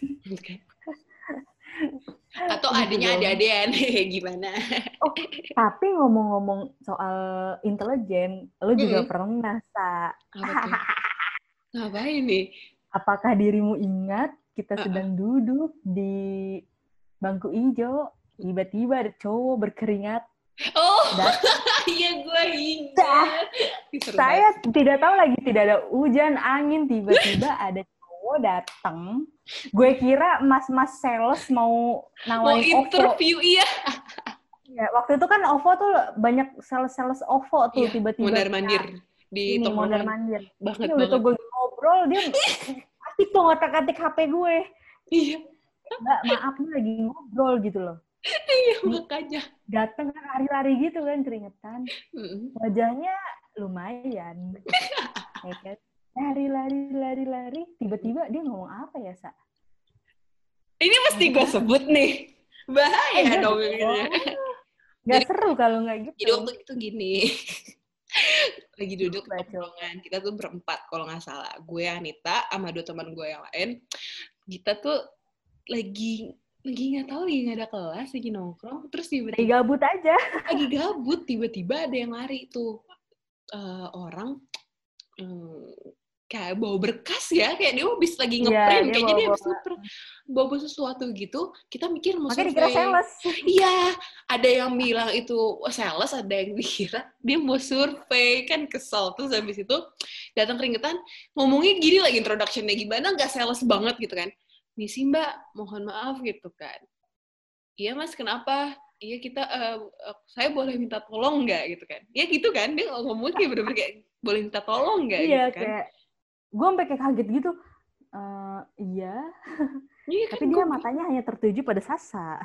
Atau adenya ade-adean. Gimana? Oh, tapi ngomong-ngomong soal intelijen, lu juga pernah, Sa. Ngapain nih? Apakah dirimu ingat kita sedang duduk di bangku hijau, tiba-tiba ada cowok berkeringat. Oh, iya gue ingat. Saya tidak tahu lagi, tidak ada hujan, angin, tiba-tiba ada cowok datang. Gue kira mas-mas sales mau nawarin OVO. Mau interview, iya. Ya, waktu itu kan OVO tuh banyak sales OVO tuh, tiba-tiba. Mondar-mandir. di ini tongkrongan. mondar-mandir. Banget Ini udah tau gue ngobrol, dia asik tuh ngotak-atik HP gue. Iya. Mbak, maaf nih lagi ngobrol gitu loh. Iya, makanya. Dateng kan lari-lari gitu kan, keringetan. Wajahnya lumayan. Ya kan? Lari. Tiba-tiba dia ngomong apa ya, Sa? Ini mesti gue sebut nih. Bahaya dong. Gak seru kalau nggak gitu. Jadi waktu itu gini. Lagi duduk di tongkrongan. Kita tuh berempat kalau nggak salah. Gue, Anita, sama 2 teman gue yang lain. Kita tuh lagi nggak tahu, lagi nggak ada kelas, lagi nongkrong. Terus tiba-tiba lagi gabut aja. Lagi gabut, tiba-tiba ada yang lari tuh. Orang kayak bawa berkas ya, kayak dia habis lagi ngeprint, kayaknya dia habis ngeprint, bawa sesuatu gitu. Kita mikir mau survei. Makanya dikira sales. Iya, ada yang bilang itu sales, ada yang dikira dia mau survei, kan kesel. Terus habis itu datang keringetan, ngomongnya gini lagi, introduction-nya gimana, nggak sales banget gitu kan. Misi Mbak, mohon maaf gitu kan. Iya Mas, kenapa? Iya kita, saya boleh minta tolong nggak gitu kan? Ya gitu kan, dia ngomongnya kayak bener-bener kayak boleh minta tolong nggak iya, gitu kan? Kayak gue sampai kayak kaget gitu. Iya. Iya kan, tapi dia matanya hanya tertuju pada Sasa.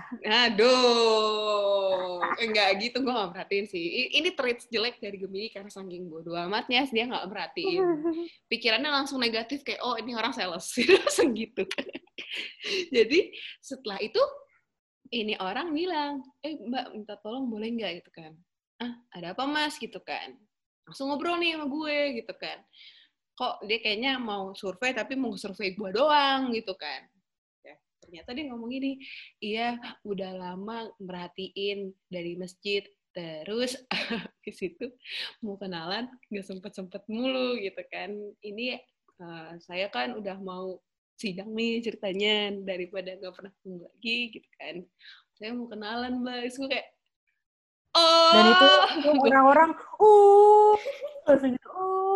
Aduh, enggak gitu, gue nggak perhatiin sih. Ini traits jelek dari Gemini karena saking bodoh amatnya, dia nggak perhatiin. Pikirannya langsung negatif kayak, oh ini orang sales, langsung gitu. Jadi setelah itu ini orang bilang, Mbak minta tolong boleh nggak gitu kan? Ada apa Mas gitu kan? Langsung ngobrol nih sama gue gitu kan. Kok dia kayaknya mau survei tapi mau survei gue doang gitu kan. Ya, ternyata dia ngomong gini, iya udah lama merhatiin dari masjid, terus di situ mau kenalan nggak sempet mulu gitu kan. Ini saya kan udah mau sidang nih ceritanya, daripada nggak pernah ketemu lagi gitu kan. Saya mau kenalan Mbak, terus gue kayak dan itu orang-orang langsung gitu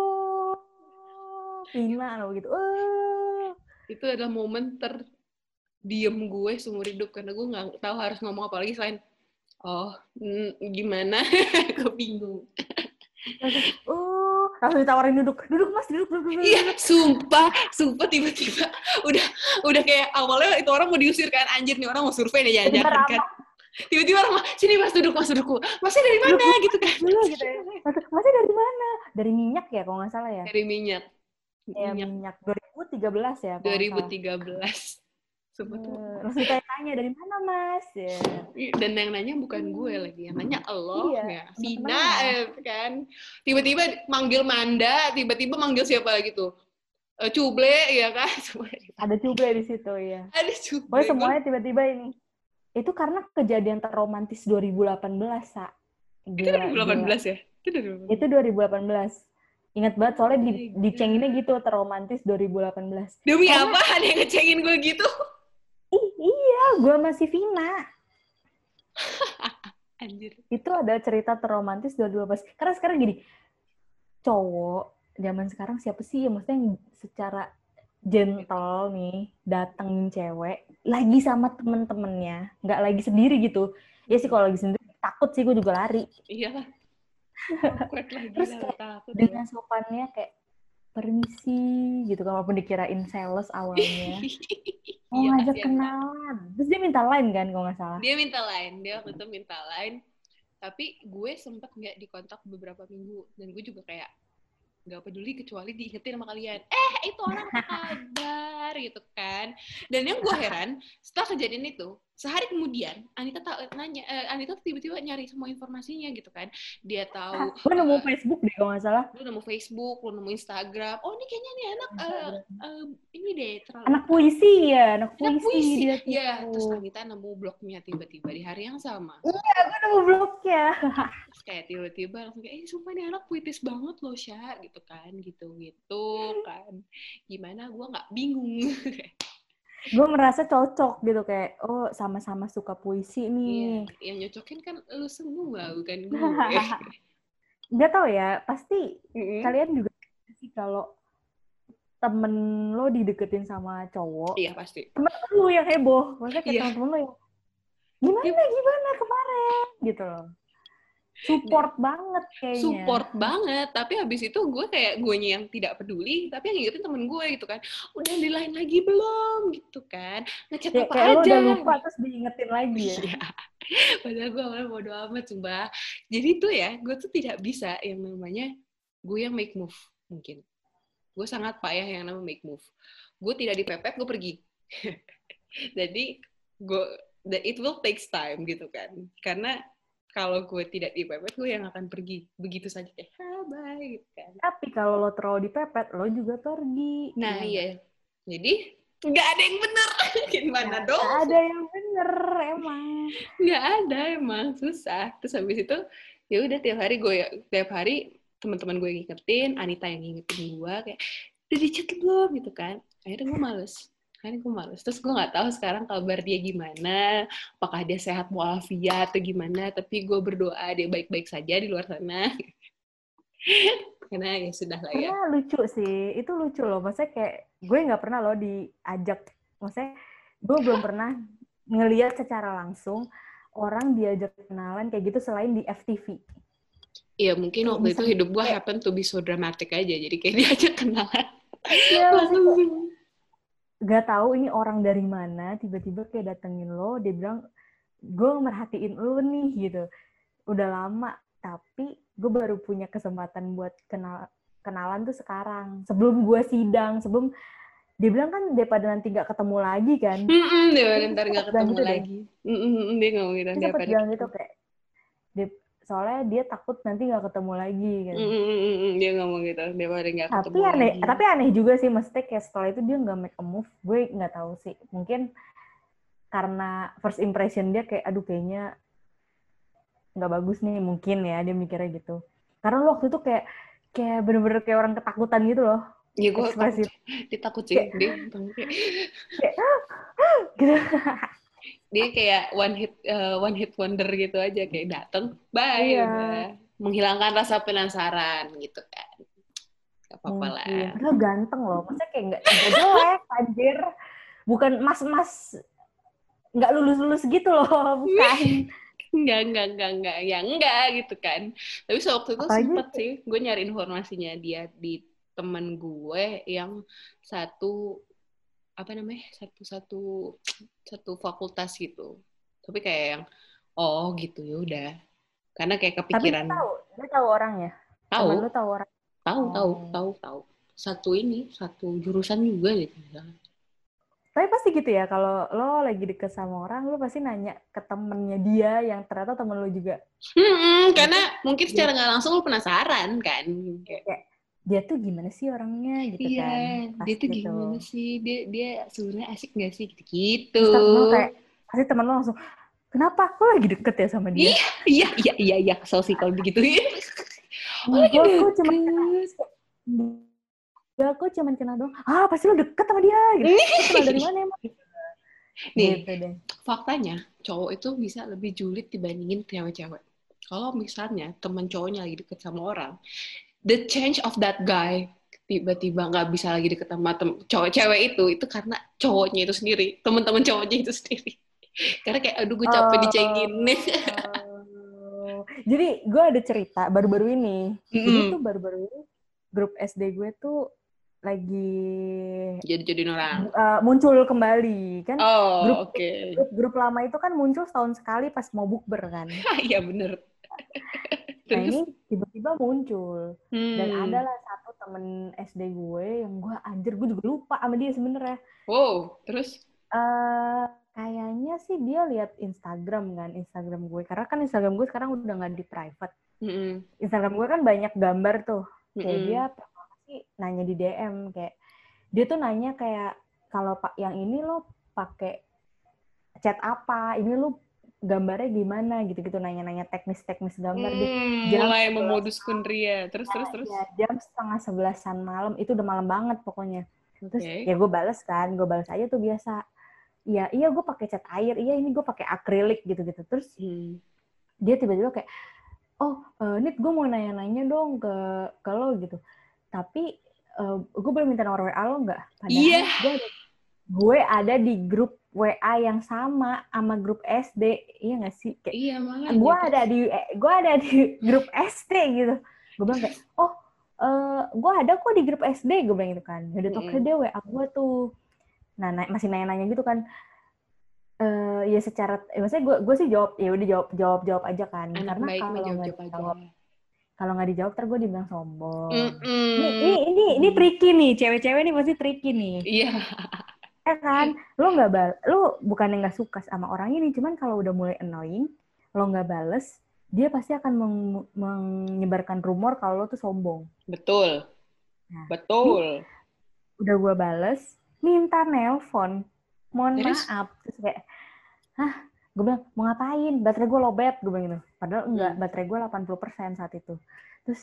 Vina loh gitu. Itu adalah momen terdiam gue seumur hidup karena gue nggak tahu harus ngomong apa lagi selain gimana. Gue bingung. Langsung ditawarin duduk Mas, duduk. Iya, sumpah tiba-tiba udah kayak awalnya itu orang mau diusir kan, anjir nih orang mau survei nih jangan-jangan kan. Tiba-tiba orang, sini Mas duduk. Masnya dari mana gitu kan? Gitu ya. Masnya dari mana? Dari minyak ya kalau nggak salah ya? Dari minyak. Ya, minyak 2013 ya. 2013. Terus ditanya dari mana Mas? Ya. Dan yang nanya bukan gue lagi, yang nanya Allah ya, Vina kan. Tiba-tiba manggil Manda, tiba-tiba manggil siapa lagi tuh? Cuble ya kan? Ada Cuble di situ ya. Ada Cuble. Pokoknya semuanya tiba-tiba ini. Itu karena kejadian terromantis 2018, Sa. Itu 2018 ya? Itu 2018. Ingat banget, soalnya dicenginnya gitu, terromantis 2018. Demi apa? Ada yang ngecengin gue gitu? Iya, gue masih Vina. Anjir. Itu ada cerita terromantis 2018. Karena sekarang gini, cowok zaman sekarang siapa sih yang maksudnya yang secara gentle nih datengin cewek lagi sama temen-temennya, nggak lagi sendiri gitu. Ya sih kalau lagi sendiri takut sih, gue juga lari. Iyalah. Terus kayak dengan sopannya kayak permisi gitu, kalaupun dikirain sales awalnya. Mau ngajak kenalan. Terus dia minta line kan kalau nggak salah. Dia waktu itu minta line. Tapi gue sempet nggak dikontak beberapa minggu. Dan gue juga kayak nggak peduli kecuali diingetin sama kalian. Itu orang apa kabar gitu kan. Dan yang gue heran, setelah kejadian itu, sehari kemudian Anita nanya, Anita tiba-tiba nyari semua informasinya gitu kan. Dia tahu. Gue nemu Facebook deh kalau nggak salah. Lu nemu Facebook, lu nemu Instagram. Oh ini kayaknya nih anak ini deh terlalu. Anak puisi ya, anak puisi. Dia ya, terus Anita nemu blognya tiba-tiba di hari yang sama. Iya, gue nemu blognya. Terus kayak tiba-tiba langsung kayak, sumpah nih anak puitis banget loh, Syah, gitu kan, gitu kan. Gimana, gue nggak bingung. Gue merasa cocok gitu, kayak, oh sama-sama suka puisi nih. Iya, yang nyocokin kan lu semua, bukan gue. Gak tau ya, pasti kalian juga sih kalau temen lo dideketin sama cowok. Iya, pasti. Temen lu yang heboh. Maksudnya kayak temen-temen lo yang, gimana kemarin? Gitu loh. Support banget kayaknya. Support banget, tapi habis itu gue kayak guenya yang tidak peduli, tapi yang ngingetin temen gue gitu kan, udah di line lagi belum gitu kan, ngechat apa Kayak aja. lo udah lupa terus diingetin lagi ya. Iya. Padahal gue awalnya bodo amat sumpah. Jadi tuh ya, gue tuh tidak bisa yang namanya gue yang make move mungkin. Gue sangat payah yang namanya make move. Gue tidak dipepet, gue pergi. Jadi it will takes time gitu kan. Karena kalau gue tidak dipepet, gue yang akan pergi. Begitu saja kayak, bye gitu kan. Tapi kalau lo terlalu dipepet, lo juga pergi. Nah iya. Jadi nggak ada yang bener. Gimana dong? Nggak ada yang bener emang. Nggak ada emang, susah. Terus habis itu ya udah tiap hari teman-teman gue ngingetin, Anita yang ngingetin gue kayak udah di-chat belum gitu kan. Akhirnya gue males. Terus gue nggak tahu sekarang kabar dia gimana, apakah dia sehat walafiat atau gimana, tapi gue berdoa dia baik-baik saja di luar sana. Karena ya sudah lah ya. Karena lucu sih, itu lucu loh. Maksudnya kayak gue nggak pernah loh diajak, maksudnya gue belum pernah ngelihat secara langsung orang diajak kenalan kayak gitu selain di FTV. Iya mungkin waktu itu hidup gue happen to be so dramatic aja, jadi kayak diajak kenalan. Iya, langsung. Gak tahu ini orang dari mana, tiba-tiba kayak datengin lo, dia bilang, gue merhatiin lo nih gitu. Udah lama, tapi gue baru punya kesempatan buat kenalan tuh sekarang. Sebelum gue sidang, dia bilang kan daripada nanti gak ketemu lagi kan. Daripada ntar gak ketemu gitu lagi. Dia ngomong gitu. Dia sempet bilang gitu kayak, soalnya dia takut nanti gak ketemu lagi kan. Dia ngomong gitu, daripada gak ketemu lagi. Tapi aneh juga sih, maksudnya kayak setelah itu dia gak make a move. Gue gak tahu sih, mungkin karena first impression dia kayak, aduh kayaknya gak bagus nih, mungkin ya dia mikirnya gitu. Karena lo waktu itu kayak bener-bener kayak orang ketakutan gitu loh. Iya gue takut sih. Gitu. Dia kayak one hit wonder gitu aja, kayak dateng, bye, udah menghilangkan rasa penasaran gitu kan. Gak apa-apa lah. Padahal ganteng loh, maksudnya kayak nggak jelek, anjir. Bukan mas-mas nggak lulus-lulus gitu loh, bukan. Enggak, ya enggak gitu kan. Tapi waktu itu sempet sih, gue nyari informasinya dia di temen gue yang satu fakultas gitu. Tapi kayak yang gitu ya udah. Karena kayak kepikiran. Tapi dia tahu orangnya. Temen lu tahu orang. Tahu. Satu jurusan juga gitu. Tapi pasti gitu ya, kalau lo lagi deket sama orang, lo pasti nanya ke temennya dia yang ternyata temen lo juga. Karena mungkin secara nggak langsung lo penasaran kan. Kayak dia tuh gimana sih orangnya gitu kan. Iya, dia tuh gitu. Gimana sih, dia sebenarnya asik nggak sih gitu. Terus temen lo kayak, pasti temen lo langsung, kenapa? Lo lagi deket ya sama dia? Iya, kesel sih kalau digituin. Aku cuma kenal doang. Pasti lo deket sama dia gitu. Lo kenal dari mana emang? Nih, gitu faktanya cowok itu bisa lebih julid dibandingin cewek-cewek. Kalau misalnya teman cowoknya lagi deket sama orang, the change of that guy tiba-tiba nggak bisa lagi deket sama cewek itu karena cowoknya itu sendiri, teman-teman cowoknya itu sendiri. Karena kayak aduh gue capek dicengin. Jadi gue ada cerita baru-baru ini. Jadi tuh baru-baru ini grup SD gue tuh lagi jadi orang muncul kembali kan. Okay. Grup lama itu kan muncul setahun sekali pas mau bukber kan. Iya bener. Nah ini tiba-tiba muncul dan adalah satu temen SD gue yang gue juga lupa sama dia sebenarnya. Wow, terus? Kayaknya sih dia lihat Instagram gue, karena kan Instagram gue sekarang udah nggak di private. Instagram gue kan banyak gambar tuh, kayak dia sih nanya di DM kayak dia tuh nanya kayak kalau yang ini lo pakai cat apa, ini lo gambarnya gimana gitu-gitu, nanya-nanya teknis gambar. Mulai memoduskan Ria. Terus. Ya, jam 10:30 malam, itu udah malam banget pokoknya. Terus ya gue balas aja tuh biasa. Iya gue pakai cat air, iya ini gue pakai akrilik gitu-gitu. Terus dia tiba-tiba kayak, Nit gue mau nanya-nanya dong ke lo gitu. Tapi gue boleh minta nomor WA lo nggak? Padahal gue ada di grup WA yang sama grup SD, iya nggak sih? Kayak, Iya, makanya. Gue ada di grup SD gitu. Gue bilang kayak, gue ada kok di grup SD, gue bilang gitu kan. Udah tuh dia WA gue tuh. Nah, masih nanya-nanya gitu kan. Ya secara, maksudnya gue sih jawab, ya udah jawab aja kan. Anak Karena baik mah kalau nggak jawab-jawab aja. kalau nggak dijawab, ntar gue dibilang sombong. Ini tricky nih, cewek-cewek nih pasti tricky nih. Iya. Kan, lu bukan yang nggak suka sama orang ini, cuman kalau udah mulai annoying, lo nggak bales, dia pasti akan menyebarkan rumor kalau lo tuh sombong. Betul. Nah, Betul. Udah gue bales, minta nelpon, mohon Terus? maaf, terus kayak, gue bilang, mau ngapain? Baterai gue lowbat, gue bilang gitu. Padahal enggak, baterai gue 80% saat itu. Terus,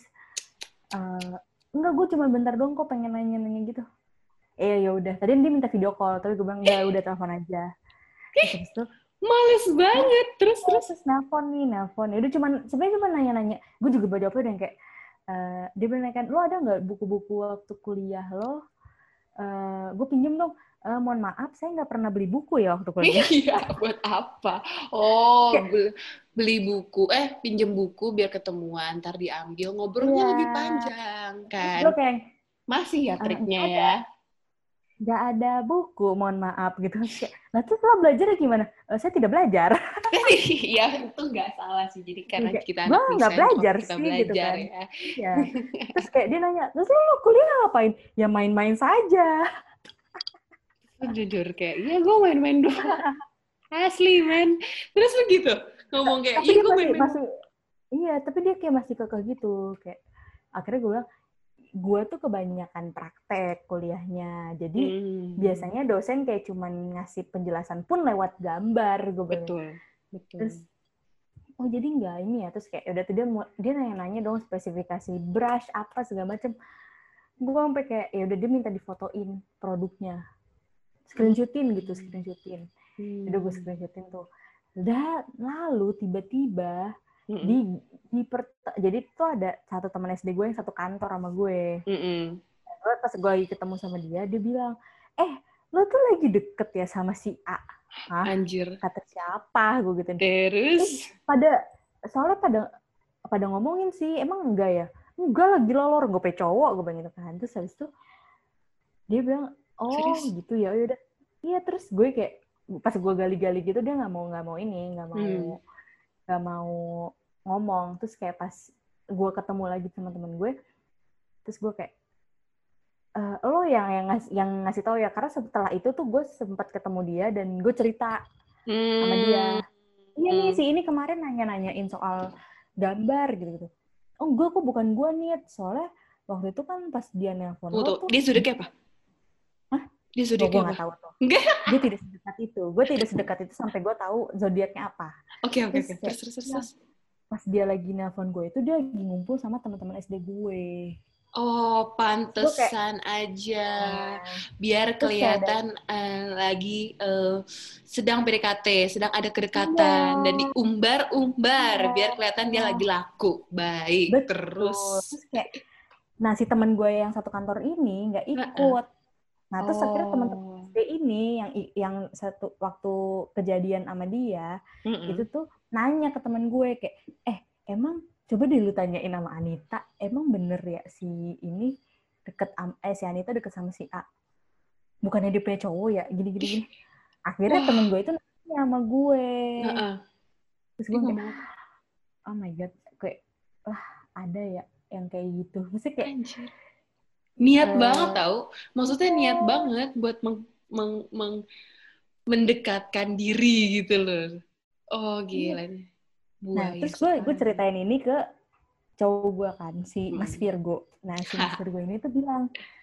enggak, gue cuma bentar doang kok pengen nanya-nanya gitu. Ya udah. Tadi dia minta video call, tapi gue bilang, enggak, udah telepon aja. Terus tuh, males banget. Terus. nelpon. Ya udah sebenarnya cuma nanya-nanya. Gue juga bawa jawabnya dan kayak, dia bilang kan, lo ada nggak buku-buku waktu kuliah lo? Gue pinjem dong. Mohon maaf, saya nggak pernah beli buku ya waktu kuliah. Iya, buat apa? Oh, beli buku, pinjem buku biar ketemuan, ntar diambil, ngobrolnya lebih panjang, kan? Gue kayak, masih ya triknya ya? Nggak ada buku, mohon maaf gitu. Nah, terus lo belajar gimana? Saya tidak belajar. Iya, itu nggak salah sih. Jadi karena kita anak nggak desain, belajar kita sih, belajar gitu kan. ya. Iya. Terus kayak dia nanya, terus lo kuliah ngapain? Ya main-main saja. Jujur kayak, iya gue main-main doang. Asli, men. Terus begitu? Ngomong kayak, iya gue main-main. Iya, tapi dia kayak masih kekeh gitu. Kayak, akhirnya gue bilang, gue tuh kebanyakan praktek kuliahnya. Jadi, biasanya dosen kayak cuman ngasih penjelasan pun lewat gambar. Gue bilang. Betul. Terus, jadi enggak ini ya. Terus kayak, udah tuh dia nanya-nanya dong spesifikasi brush, apa, segala macem. Gue sampai kayak, ya udah dia minta difotoin produknya. Screenshotin. Udah gue screenshotin tuh. Lalu tiba-tiba jadi tuh ada satu teman SD gue yang satu kantor sama gue. Pas gue lagi ketemu sama dia bilang, lo tuh lagi deket ya sama si A? Hah? Anjir. Kata siapa? Gue gitu. Terus? Soalnya pada ngomongin sih, emang enggak ya? Enggak lah, gila lo, gue cowok, gue bilang gitu kan. Terus habis itu dia bilang, serius? Gitu ya, udah. Iya, terus gue kayak pas gue gali-gali gitu dia nggak mau ngomong. Terus kayak pas gue ketemu lagi sama temen gue, terus gue kayak, lo yang ngasih tahu ya, karena setelah itu tuh gue sempat ketemu dia dan gue cerita sama dia. Iya nih, si ini kemarin nanya-nanyain soal gambar gitu. Oh enggak, kok bukan gue nih, soalnya waktu itu kan pas dia nelpon lo tuh. Dia zodiaknya apa? Hah? Dia zodiaknya gue nggak tahu tuh. Enggak. Gue tidak sedekat itu sampai gue tahu zodiaknya apa. Oke. Terus. Pas dia lagi nelpon gue itu dia lagi ngumpul sama teman-teman SD gue. Oh, pantesan aja. Biar kelihatan lagi sedang PDKT, sedang ada kedekatan. Dan diumbar-umbar. Biar kelihatan dia lagi laku. Baik, terus. Kayak, nah, si teman gue yang satu kantor ini nggak ikut. Nah, terus akhirnya teman-teman SD ini yang satu waktu kejadian sama dia, itu tuh nanya ke teman gue kayak, emang coba deh lu tanyain sama Anita, emang bener ya si ini si Anita deket sama si A? Bukannya dia punya cowok ya? Gini. Akhirnya temen gue itu nanya sama gue. Terus gue kayak, oh my god, kayak, ada ya yang kayak gitu. Maksudnya kayak, anjir. Niat banget tau. Maksudnya niat banget buat mendekatkan diri gitu loh. Oh, gila nih. Nah, terus gue ceritain ini ke cowok gue kan, si Mas Virgo. Nah, si Mas Virgo ini tuh bilang,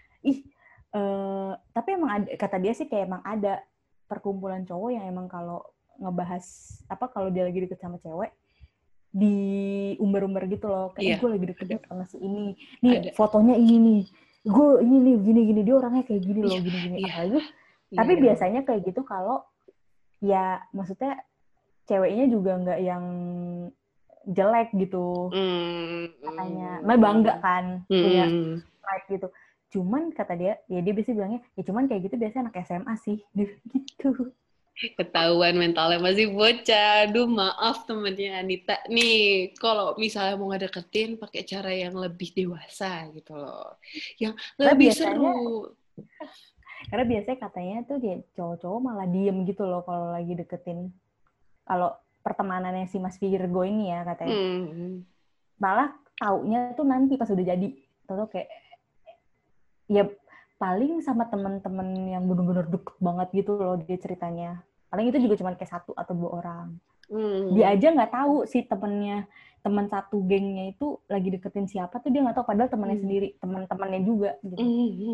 tapi emang ada, kata dia sih kayak emang ada perkumpulan cowok yang emang kalau ngebahas, kalau dia lagi deket sama cewek, di umbar-umbar gitu loh. Kayak, gue lagi deket sama si ini. Nih, fotonya ini nih. Gue ini nih, gini-gini. Dia orangnya kayak gini loh, gini-gini. Tapi biasanya kayak gitu kalau, ya maksudnya, ceweknya juga nggak yang jelek gitu, katanya. Nah, bangga kan punya pride gitu. Cuman kata dia, ya dia biasanya bilangnya, ya cuman kayak gitu biasanya anak SMA sih, gitu. Ketahuan mentalnya masih bocah. Aduh, maaf temennya Anita. Nih, kalau misalnya mau ngedeketin pakai cara yang lebih dewasa gitu loh. Yang Karena lebih biasanya, seru. karena biasanya katanya tuh dia cowok-cowok malah diem gitu loh kalau lagi deketin. Kalau pertemanannya si Mas Virgo ini ya katanya. Hmm. Malah taunya tuh nanti pas udah jadi. Tahu kayak ya paling sama temen-temen yang bener-bener deket banget gitu loh dia ceritanya. Paling itu juga cuma kayak 1 atau 2 orang. Dia aja nggak tahu si teman satu gengnya itu lagi deketin siapa tuh dia nggak tahu padahal temannya sendiri, teman-temannya juga gitu.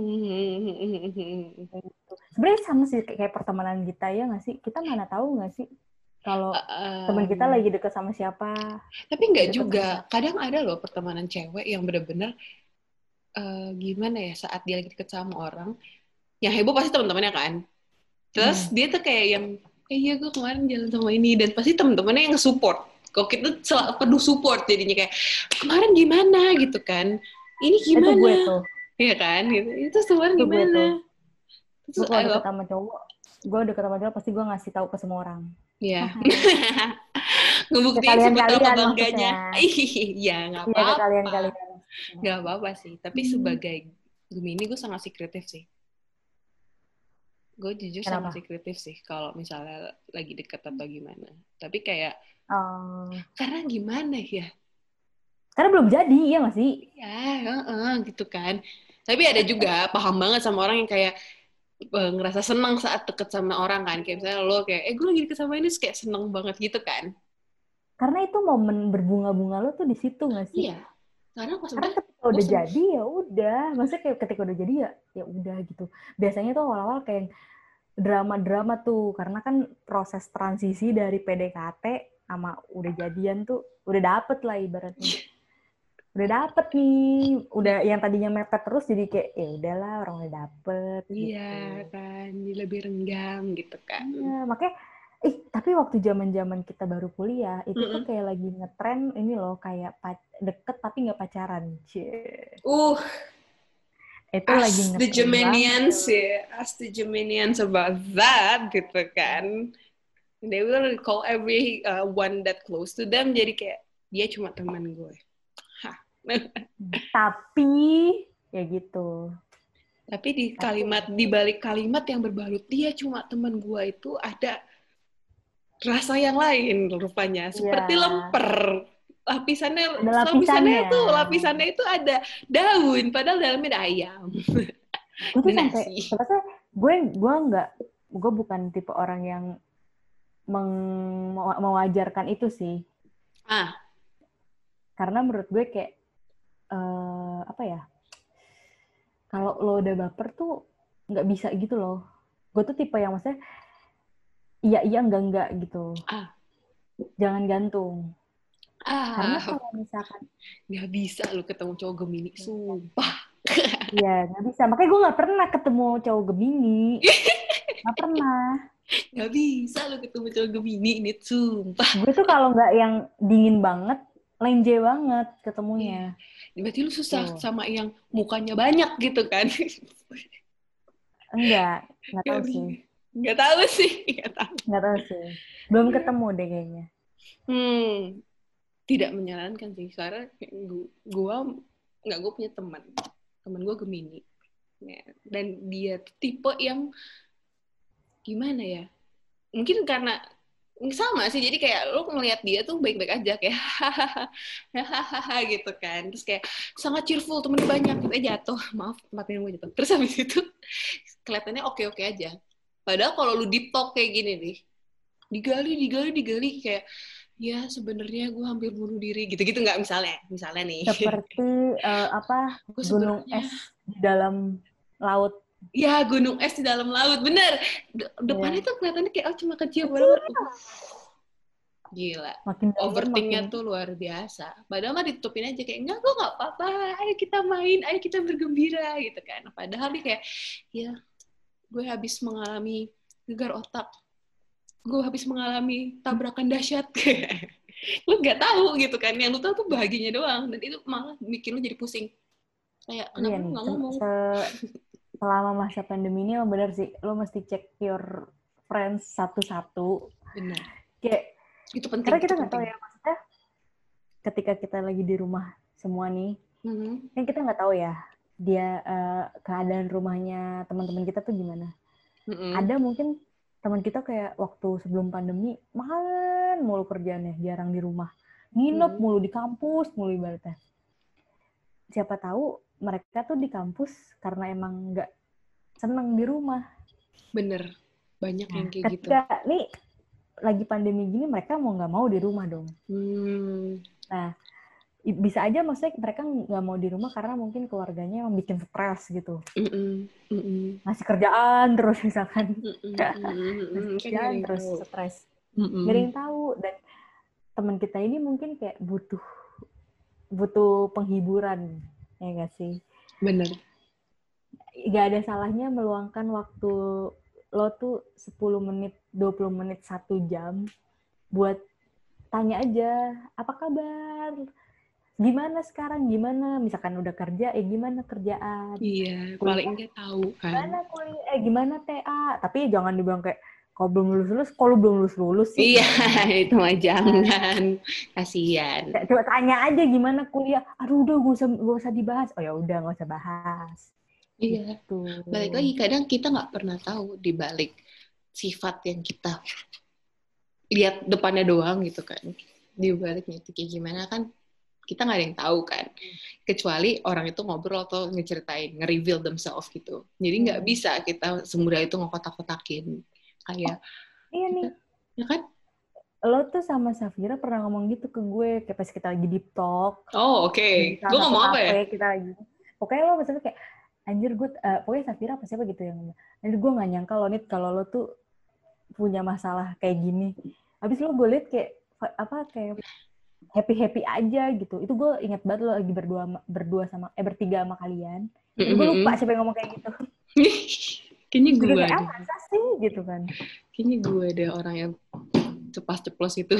Gitu. Sebenarnya sama sih kayak pertemanan kita ya nggak sih? Kita mana tahu nggak sih kalau teman kita lagi deket sama siapa, Tapi nggak deket sama juga. siapa. Kadang ada loh pertemanan cewek yang bener-bener gimana ya, saat dia lagi deket sama orang, yang heboh pasti teman-temannya kan. Terus dia tuh kayak yang, iya gue kemarin jalan sama ini, dan pasti teman-temannya yang support. Kok kita penuh support jadinya kayak kemarin gimana gitu kan, ini Itu gue gimana, tuh, ya kan gitu. Itu kemarin itu gue gimana. tuh. Gue Terus kalau ayo, deket sama cowok, pasti gue ngasih tahu ke semua orang. ya Haha. Ke ngebuktiin seberapa kalian-kalian bangganya. maksudnya. Iya, nggak Iya ke apa-apa, kalian-kalian. nggak apa-apa sih. Tapi sebagai Gemini gue sangat sekretif sih. Gue jujur sangat Kenapa? sekretif sih kalau misalnya lagi deket atau gimana. Tapi kayak Oh. karena gimana ya? Karena belum jadi, ya nggak sih? Ya, gitu kan. Tapi ada juga paham banget sama orang yang kayak ngerasa senang saat deket sama orang kan. Kayak misalnya lo kayak, gue lagi deket sama ini, terus kayak seneng banget gitu kan. Karena itu momen berbunga-bunga lo tuh di situ nggak sih? Iya, karena pas Karena udah, ketika gue udah seneng. jadi ya udah, maksudnya kayak ketika udah jadi ya udah gitu. Biasanya tuh awal-awal kayak drama-drama tuh, karena kan proses transisi dari PDKT sama udah jadian tuh udah dapet lah ibaratnya. Udah dapet nih, udah yang tadinya mepet terus jadi kayak ya udahlah orang udah dapet Iya gitu. kan, jadi lebih renggang gitu kan. Iya, makanya tapi waktu zaman-zaman kita baru kuliah itu tuh kayak lagi ngetren ini loh kayak deket tapi nggak pacaran. Cie. Uh, Itu lagi Ask the ngetren banget Geminians tuh. ya, ask the Geminians about that gitu kan. They will call every one that close to them, jadi kayak dia cuma teman gue. Hah. Tapi ya gitu. Tapi di kalimat, di balik kalimat yang berbalut dia cuma teman gue itu ada rasa yang lain rupanya, seperti Iya, lemper. Lapisannya, ada lapisannya lapisannya. tuh, lapisannya itu ada daun, padahal dalamnya ada ayam Gue tuh dan sampai nasi. sebenarnya gue nggak, gue bukan tipe orang yang mewajarkan itu sih. Ah, Karena menurut gue kayak apa ya? Kalau lo udah baper tuh nggak bisa gitu loh. Gue tuh tipe yang maksudnya iya enggak gitu. ah, Jangan gantung. Karena ah, kalau misalkan nggak bisa lu ketemu cowok Gemini, sumpah. iya nggak bisa. Makanya gue nggak pernah ketemu cowok Gemini. Nggak pernah. Nggak bisa lu ketemu cowok Gemini ini, sumpah. Gue tuh kalau nggak yang dingin banget, lenje banget Iya. ketemunya. Berarti lu susah Tuh. sama yang mukanya banyak gitu kan? Nggak tahu sih. Nggak tahu sih, nggak tahu. Nggak tahu sih. Belum ketemu deh kayaknya. Hmm, tidak menyarankan sih. Soalnya gue nggak, gue punya teman gue Gemini. Ya, dan dia tipe yang gimana ya? Mungkin karena sama sih, jadi kayak lo ngelihat dia tuh baik-baik aja kayak hahaha gitu kan, terus kayak sangat cheerful, temennya banyak, kita jatuh, maaf tempat minum gue jatuh, terus habis itu kelihatannya oke-oke aja, padahal kalau lu deep talk kayak gini nih, digali kayak ya sebenarnya gue hampir bunuh diri gitu-gitu, nggak, misalnya nih Seperti gue gunung sebenarnya, es di dalam laut. ya gunung es di dalam laut, bener. Depannya Ya. tuh kelihatannya kayak cuma kecil, padahal gila. Makin dalam makin. Overthinknya tuh luar biasa. Padahal mah ditutupin aja kayak, enggak, gue nggak apa-apa, ayo kita main, ayo kita bergembira gitu kan. Padahal nih kayak, ya gue habis mengalami gegar otak, gue habis mengalami tabrakan dahsyat. Lu nggak tahu gitu kan, yang lu tahu tuh bahagianya doang, dan itu malah bikin lu jadi pusing. Kayak, Iya kenapa lu nih. nggak ngomong? Selama masa pandemi ini benar sih, lo mesti cek your friends satu-satu. Benar. Kayak Itu penting. karena kita itu nggak tahu penting. ya, maksudnya ketika kita lagi di rumah semua nih, Mhm. kan kita nggak tahu ya dia keadaan rumahnya teman-teman kita tuh gimana. Mhm. Ada mungkin teman kita kayak waktu sebelum pandemi makan mulu kerjaannya, jarang di rumah, nginep mulu di kampus mulu ibaratnya. Siapa tahu mereka tuh di kampus karena emang nggak seneng di rumah. Bener, banyak yang kayak gitu. Ketika nih lagi pandemi gini mereka mau nggak mau di rumah dong. Nah, bisa aja maksudnya mereka nggak mau di rumah karena mungkin keluarganya yang bikin stres gitu. Ngasih kerjaan terus misalkan. Ngasih kerjaan terus stres. Nggak ada yang tahu. Dan teman kita ini mungkin kayak butuh penghiburan. Ya nggak sih? Bener. Nggak ada salahnya meluangkan waktu lo tuh 10 menit, 20 menit, 1 jam buat tanya aja, apa kabar? Gimana sekarang? Gimana? Misalkan udah kerja, gimana kerjaan? Iya, kuliah, paling nggak tahu kan. Gimana kuliah? Gimana TA? Tapi jangan dibilang kayak, kalau belum lulus sih. Iya, itu mah jangan. Kasian. Coba tanya aja gimana kuliah. Aduh, udah gak usah dibahas. Oh ya udah, gak usah bahas. Iya. Gitu. Balik lagi, kadang kita nggak pernah tahu di balik sifat yang kita lihat depannya doang gitu kan. Di baliknya itu kayak gimana kan kita nggak ada yang tahu kan. Kecuali orang itu ngobrol atau ngeceritain, nge-reveal themselves gitu. Jadi nggak bisa kita semudah itu ngekotak-kotakin. Kayak, iya nih. Ya kan? Lo tuh sama Safira pernah ngomong gitu ke gue, kayak pas kita lagi deep talk. Oh, oke. Gue ngomong apa ya? Kita lagi. Pokoknya lo misalnya kayak, anjir gue, pokoknya Safira apa siapa gitu yang ngomong. Anjir gue gak nyangka lo nih kalau lo tuh punya masalah kayak gini. Habis lo gue liat kayak happy aja gitu. Itu gue ingat banget lo lagi bertiga sama kalian. Tapi gue lupa siapa yang ngomong kayak gitu. Kayaknya gue kayak, masa sih gitu kan. Kayaknya gue deh orang yang ceplos itu.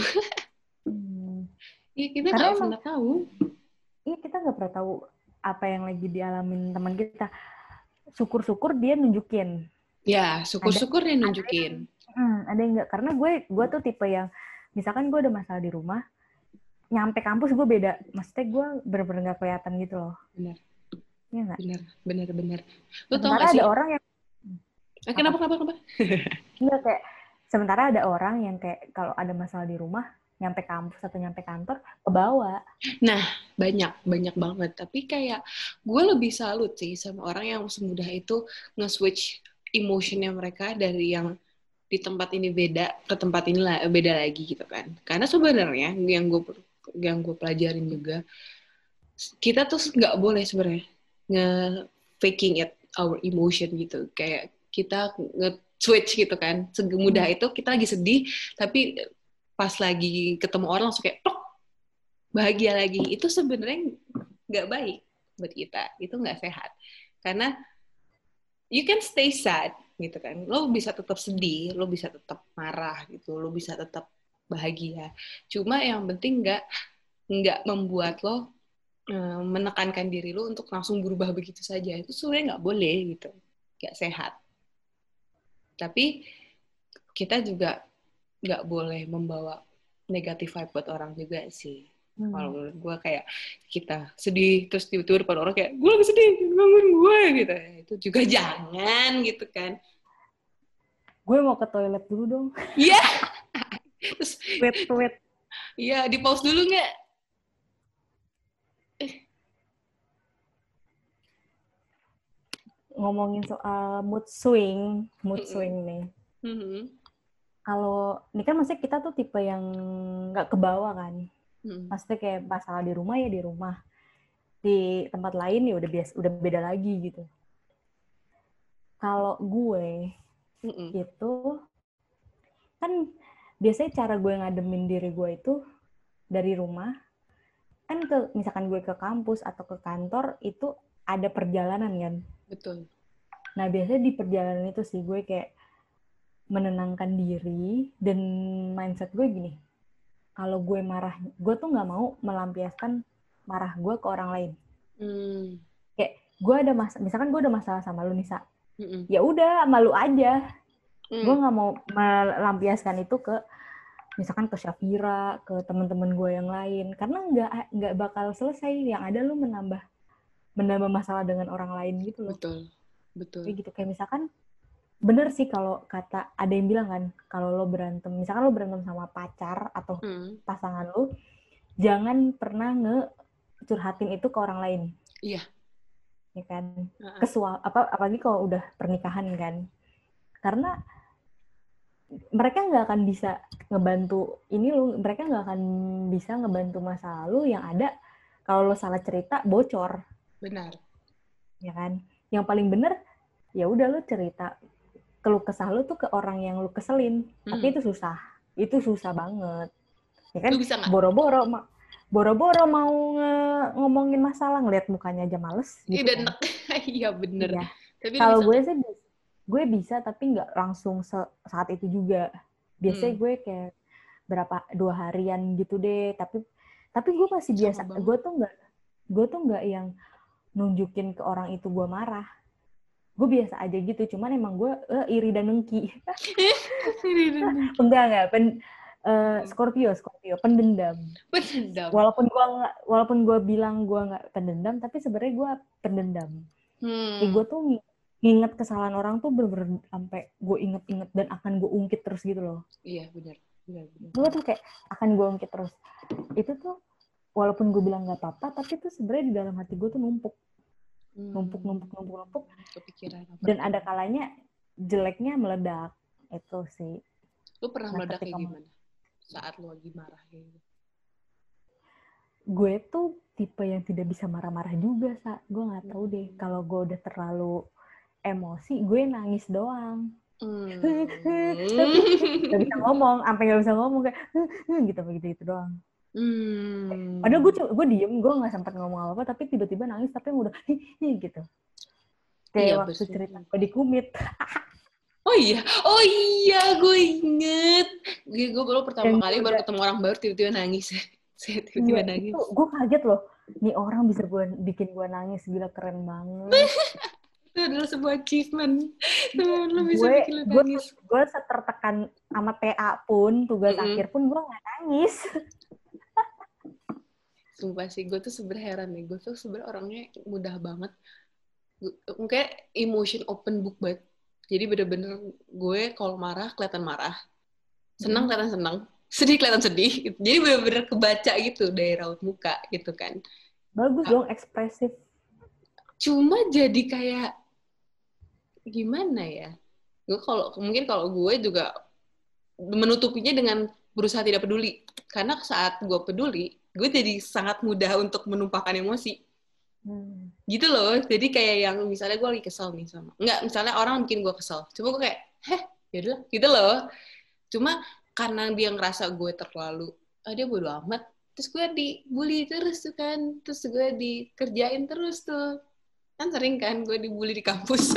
Iya, kita nggak pernah tahu. Iya, kita nggak pernah tahu apa yang lagi dialamin teman kita. Syukur-syukur dia nunjukin. Ya, syukur-syukur dia nunjukin. Ada yang nggak, karena gue tuh tipe yang, misalkan gue ada masalah di rumah, nyampe kampus gue beda. Maksudnya gue bener-bener nggak kelihatan gitu loh. Benar. Iya nggak? Benar. Lo tau nggak sih? Ada orang yang Kenapa? Enggak, kayak sementara ada orang yang kayak kalau ada masalah di rumah, nyampe kampus atau nyampe kantor, kebawa. Nah, banyak banget. Tapi kayak gue lebih salut sih sama orang yang semudah itu nge-switch emotionnya mereka dari yang di tempat ini beda ke tempat ini beda lagi gitu kan. Karena sebenarnya yang gue pelajarin juga, kita tuh nggak boleh sebenarnya nge-faking it our emotion gitu. Kayak kita nge-switch gitu kan. Semudah itu kita lagi sedih, tapi pas lagi ketemu orang langsung kayak plok, bahagia lagi. Itu sebenarnya nggak baik buat kita. Itu nggak sehat. Karena you can stay sad gitu kan. Lo bisa tetap sedih, lo bisa tetap marah gitu, lo bisa tetap bahagia. Cuma yang penting nggak membuat lo menekankan diri lo untuk langsung berubah begitu saja. Itu sebenarnya nggak boleh gitu, nggak sehat. Tapi kita juga nggak boleh membawa negatif vibe buat orang juga sih. Kalau menurut gue kayak kita sedih terus tiba-tiba depan orang kayak gue lagi sedih, bangun gue gitu. Itu juga jangan gitu kan. Gue mau ke toilet dulu dong. Iya. Terus wait. Iya, di pause dulu nggak? Ngomongin soal mood swing nih. Kalau ini kan maksudnya kita tuh tipe yang nggak kebawa kan. Maksudnya kayak masalah di rumah ya di rumah, di tempat lain ya udah beda lagi gitu. Kalau gue itu kan biasanya cara gue ngademin diri gue itu dari rumah kan misalkan gue ke kampus atau ke kantor itu ada perjalanan kan. Betul. Nah biasanya di perjalanan itu sih gue kayak menenangkan diri dan mindset gue gini. Kalau gue marah, gue tuh nggak mau melampiaskan marah gue ke orang lain. Kayak gue ada misalkan gue ada masalah sama lu Nisa, ya udah malu aja. Gue nggak mau melampiaskan itu ke misalkan ke Syafira, ke teman-teman gue yang lain, karena nggak bakal selesai. Yang ada lu menambah masalah dengan orang lain gitu loh. Betul. Kayak gitu, kayak misalkan bener sih kalau kata ada yang bilang kan, kalau lo berantem, misalkan lo berantem sama pacar atau pasangan lo, jangan pernah curhatin itu ke orang lain. Iya. Ya kan? Apalagi kalau udah pernikahan kan. Karena mereka nggak akan bisa ngebantu mereka nggak akan bisa ngebantu masa lalu yang ada kalau lo salah cerita bocor. Benar. Ya kan? Yang paling bener ya udah lo cerita keluh kesah lo tuh ke orang yang lo keselin. Tapi itu susah banget. Ya kan? Boro-boro mau ngomongin masalah, ngeliat mukanya aja males gitu kan. Iya bener. Iya. Kalau gue sih gue bisa tapi nggak langsung saat itu juga. Biasanya gue kayak 2 harian gitu deh, tapi gue masih biasa. Gue tuh nggak yang nunjukin ke orang itu gue marah. Gue biasa aja gitu, cuman emang gue iri dan dengki. Enggak Scorpio pendendam. Walaupun gue bilang gue nggak pendendam, tapi sebenarnya gue pendendam. Gue tuh nginget kesalahan orang tuh bener-bener sampai gue inget dan akan gue ungkit terus gitu loh. Iya benar. Gue tuh kayak akan gue ungkit terus. Itu tuh walaupun gue bilang nggak apa-apa, tapi tuh sebenarnya di dalam hati gue tuh numpuk. Kepikiran. Dan ada kalanya jeleknya meledak. Itu sih. Lu pernah meledak kayak gimana? Saat lu lagi marah gitu. Gue tuh tipe yang tidak bisa marah-marah juga, gue nggak tahu deh. Kalau gue udah terlalu emosi, gue nangis doang. Gak bisa ngomong, sampai gak bisa ngomong kayak gitu doang. Padahal gue diem, gue nggak sempat ngomong apa, tapi tiba-tiba nangis, tapi udah gitu. Kayak waktu cerita gue di Kumit. Oh iya, gue inget. Gue baru pertama kali baru ketemu orang baru tiba-tiba nangis. Saya tiba-tiba nangis. Itu gue kaget loh. Nih orang bisa bikin gue nangis, gila keren banget. Itu adalah sebuah achievement. Lu bisa bikin lu nangis. Gue setertekan sama TA pun, tugas akhir pun gue nggak nangis. Sumpah sih, gue tuh sebenernya heran nih. Gue tuh sebenernya orangnya mudah banget. Mungkin emotion open book banget. Jadi bener-bener gue kalau marah kelihatan marah. Senang kelihatan senang. Sedih kelihatan sedih. Jadi bener-bener kebaca gitu dari raut muka gitu kan. Bagus dong, ekspresif. Cuma jadi kayak gimana ya? Mungkin kalau gue juga menutupinya dengan berusaha tidak peduli. Karena saat gue peduli, gue jadi sangat mudah untuk menumpahkan emosi. Gitu loh. Jadi kayak yang misalnya gue lagi kesel nih sama. Enggak, misalnya orang bikin gue kesel. Cuma gue kayak, yaudah, gitu loh. Cuma karena dia ngerasa gue terlalu, dia bodo amat. Terus gue dibully terus tuh kan. Terus gue dikerjain terus tuh. Kan sering kan gue dibully di kampus.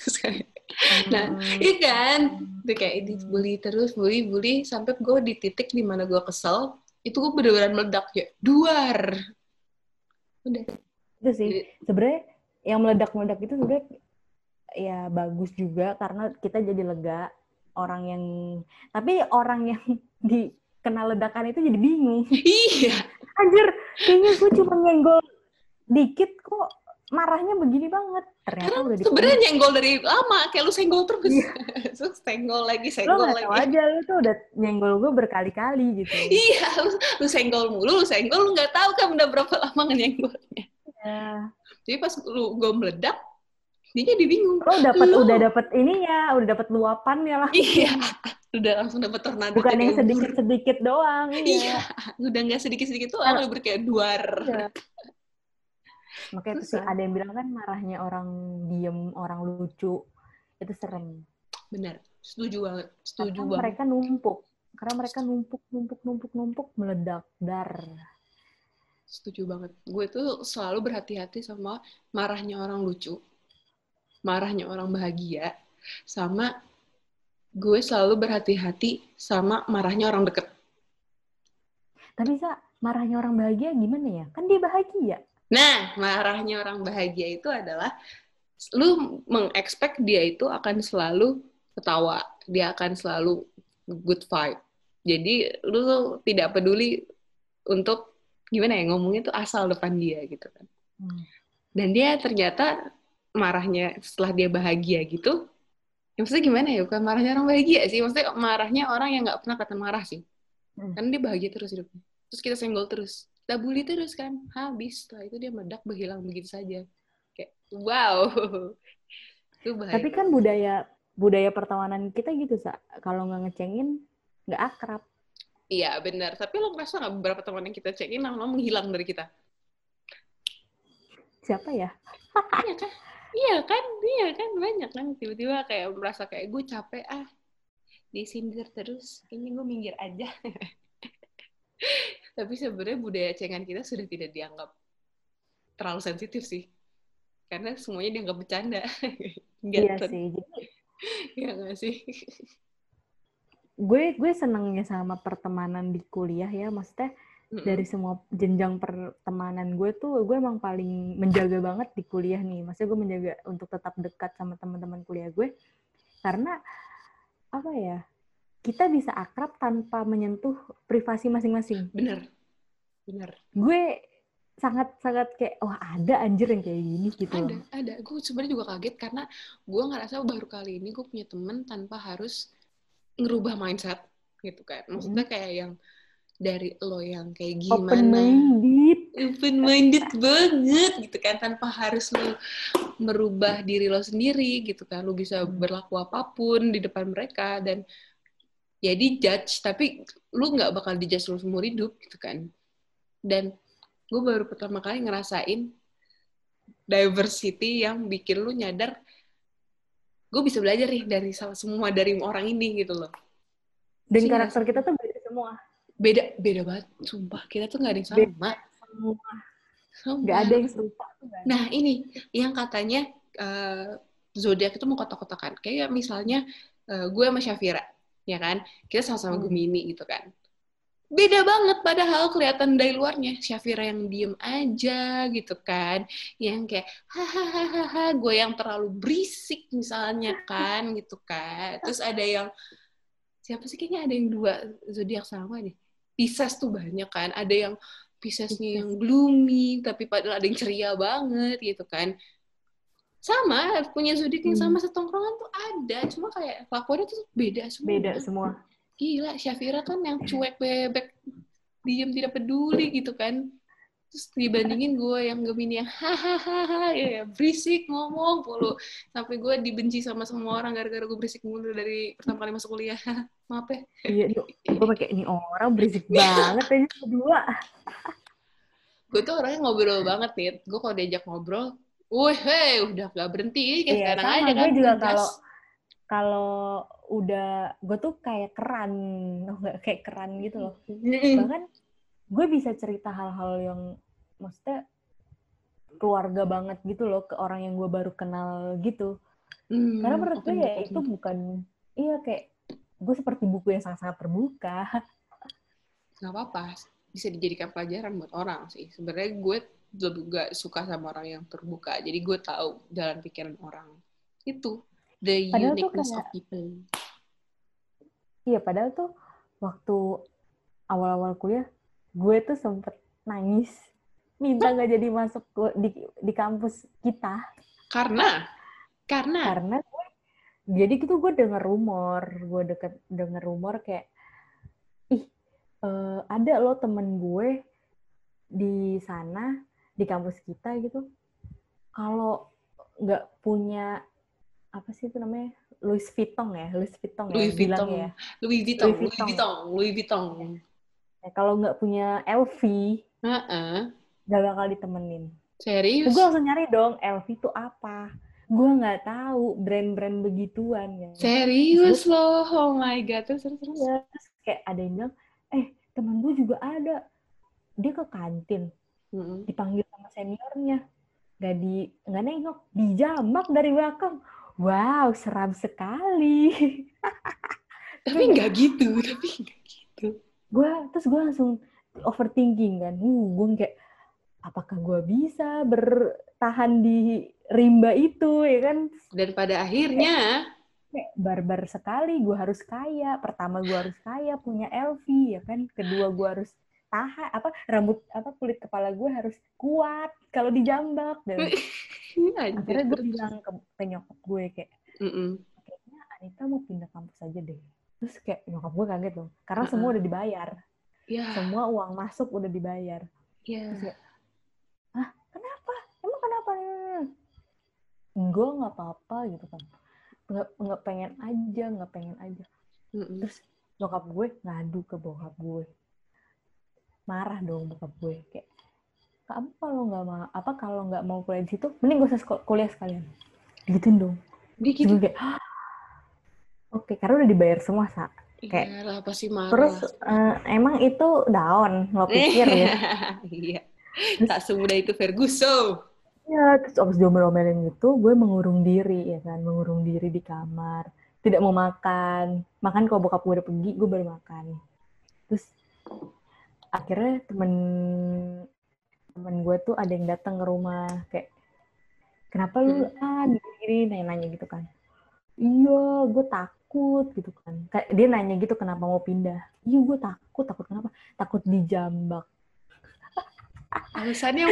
Nah, iya kan? Itu kayak dibully terus, bully sampai gue di titik di mana gue kesel, itu gue bener-bener meledak ya. Duar. Udah. Itu sih. Sebenarnya yang meledak-meledak itu sebenarnya ya bagus juga karena kita jadi lega. Tapi orang yang kena ledakan itu jadi bingung. Iya. Anjir, kayaknya gue cuma nyenggol dikit kok marahnya begini banget. Ternyata udah sebenarnya nyenggol dari lama, kayak lu senggol terus. Iya. Terus senggol lagi. Lo gak tau aja, lu tuh udah nyenggol gue berkali-kali gitu. Iya, lu senggol mulu, lu gak tahu kan udah berapa lama nyenggolnya. Iya. Jadi pas gue meledak, dia jadi bingung. Lo udah dapet ininya, udah dapet luapannya lah. Iya, udah langsung dapet tornado. Bukan yang sedikit-sedikit doang. Iya, udah nggak sedikit-sedikit doang, udah kayak duar. Iya. Makanya itu sih ada yang bilang kan marahnya orang diem, orang lucu, itu serem. Benar, setuju banget. Mereka numpuk. Karena mereka numpuk, meledak, dar. Setuju banget. Gue tuh selalu berhati-hati sama marahnya orang lucu, marahnya orang bahagia, sama gue selalu berhati-hati sama marahnya orang deket. Tapi marahnya orang bahagia gimana ya? Kan dia bahagia. Nah, marahnya orang bahagia itu adalah lu mengekspek dia itu akan selalu ketawa, dia akan selalu good vibe. Jadi lu tuh tidak peduli untuk gimana ya ngomongnya tuh asal depan dia gitu kan. Dan dia ternyata marahnya setelah dia bahagia gitu, ya maksudnya gimana ya, bukan marahnya orang bahagia sih, maksudnya marahnya orang yang nggak pernah kata marah sih. Karena dia bahagia terus hidupnya. Terus kita senggol terus, kita bully terus kan, habis. Setelah itu dia meledak berhilang begitu saja. Kayak wow. Itu bahaya. Tapi kan budaya pertemanan kita gitu, Sa. Kalau nggak ngecengin, nggak akrab. Iya, benar. Tapi lo ngerasa nggak beberapa teman yang kita cekin lama-lama menghilang dari kita? Siapa ya? Iya kan? Iya kan? Iya kan? Banyak kan. Tiba-tiba kayak merasa kayak gue capek disindir terus. Kayaknya gue minggir aja. Tapi sebenarnya budaya cengan kita sudah tidak dianggap terlalu sensitif sih. Karena semuanya dianggap bercanda. Iya sih. Iya nggak sih? Gue senengnya sama pertemanan di kuliah ya, maksudnya dari semua jenjang pertemanan gue tuh gue emang paling menjaga banget di kuliah nih. Maksudnya gue menjaga untuk tetap dekat sama teman-teman kuliah gue karena apa ya, kita bisa akrab tanpa menyentuh privasi masing-masing. Bener. Gue sangat kayak ada anjir yang kayak gini gitu. Ada. Gue sebenarnya juga kaget karena gue ngerasa baru kali ini gue punya temen tanpa harus ngerubah mindset gitu kan. Maksudnya kayak yang dari lo yang kayak gimana open minded banget gitu kan, tanpa harus lo merubah diri lo sendiri gitu kan. Lo bisa berlaku apapun di depan mereka dan ya di-judge, tapi lo nggak bakal di-judge lo seumur hidup gitu kan. Dan gue baru pertama kali ngerasain diversity yang bikin lo nyadar gue bisa belajar nih dari semua dari orang ini gitu loh. Dan karakter kita tuh beda semua. Beda banget, sumpah. Kita tuh nggak ada yang sama. Nggak ada yang serupa. Nah ini yang katanya zodiak itu mau kotak-kotakan. Kayak misalnya gue sama Syafira, ya kan? Kita sama-sama Gemini gitu kan. Beda banget, padahal kelihatan dari luarnya. Syafira yang diem aja gitu kan. Yang kayak hahaha, gue yang terlalu berisik misalnya kan gitu kan. Terus ada yang siapa sih, kayaknya ada yang 2 zodiak sama deh. Pisces tuh banyak kan. Ada yang Piscesnya yang gloomy, tapi padahal ada yang ceria banget gitu kan. Sama, punya zodiak yang sama setongkrongan tuh ada. Cuma kayak kelakuannya tuh beda semua. Beda semua. Gila, Syafira kan yang cuek bebek, diem tidak peduli gitu kan. Terus dibandingin gue yang Gemini yang hahaha, ya berisik ngomong mulu. Sampai gue dibenci sama semua orang gara-gara gue berisik mulu dari pertama kali masuk kuliah. Maaf ya. Iya, gue pakai ini orang berisik banget aja berdua. Gue tuh orangnya ngobrol banget nih. Gue kalau diajak ngobrol, udah gak berhenti. Kayak sekarang sama, aja kan. Gue juga kalau udah, gue tuh kayak keran gitu loh. Bahkan gue bisa cerita hal-hal yang maksudnya keluarga banget gitu loh ke orang yang gue baru kenal gitu. Karena menurut gue ya itu bukan, kayak gue seperti buku yang sangat-sangat terbuka. Gak apa-apa, bisa dijadikan pelajaran buat orang sih. Sebenarnya gue juga suka sama orang yang terbuka, jadi gue tahu jalan pikiran orang. Itu the padahal uniqueness of people. Iya, padahal tuh waktu awal-awal kuliah, gue tuh sempet nangis minta nggak jadi masuk di kampus kita. Karena gue, jadi gitu gue dengar rumor kayak ada loh temen gue di sana di kampus kita gitu, kalau nggak punya apa sih itu namanya, Louis Vuitton bilangnya ya. Louis Vuitton. Ya, kalau nggak punya LV, nggak bakal ditemenin. Serius? Gue langsung nyari dong, LV itu apa? Gue nggak tahu brand-brand begituan ya. Serius loh, oh my god, terus. Ya, terus kayak ada yang bilang, temen gue juga ada, dia ke kantin, dipanggil sama seniornya, nggak nengok, dijamak dari belakang. Wow, seram sekali. Tapi nggak gitu. Terus gue langsung overthinking kan. Gue kayak, apakah gue bisa bertahan di rimba itu, ya kan? Dan pada akhirnya kayak barbar sekali. Gue harus kaya. Pertama gue harus kaya, punya LV, ya kan. Kedua gue harus tahan, kulit kepala gue harus kuat kalau dijambak. Dan akhirnya gue bilang ke nyokap gue kayak, kayaknya Anita mau pindah kampus aja deh. Terus kayak nyokap gue kaget loh, karena semua udah dibayar. Semua uang masuk udah dibayar. Terus kayak, kenapa? Emang kenapa? Gue nggak apa-apa gitu kan. Nggak pengen aja. Terus nyokap gue ngadu ke bokap gue. Marah dong bokap gue. Kayak, kamu kalau nggak mau kuliah di situ, mending gak usah kuliah sekalian. Gituin dong. Gitu. Kayak, oke, karena udah dibayar semua, Sa. Kayak, iyalah, pasti marah. Terus emang itu down, lo pikir ya? Iya. Tak semudah itu Ferguson. Ya, terus abis diomel-omelin gitu, gue mengurung diri, ya kan, mengurung diri di kamar, tidak mau makan kalau bokap gue udah pergi, gue baru makan. Terus akhirnya temen gue tuh ada yang datang ke rumah, kayak, kenapa lu gini nanya gitu kan? Iya, gue takut gitu kan. Kayak dia nanya gitu, kenapa mau pindah? Iya, gue takut kenapa? Takut dijambak. Alasannya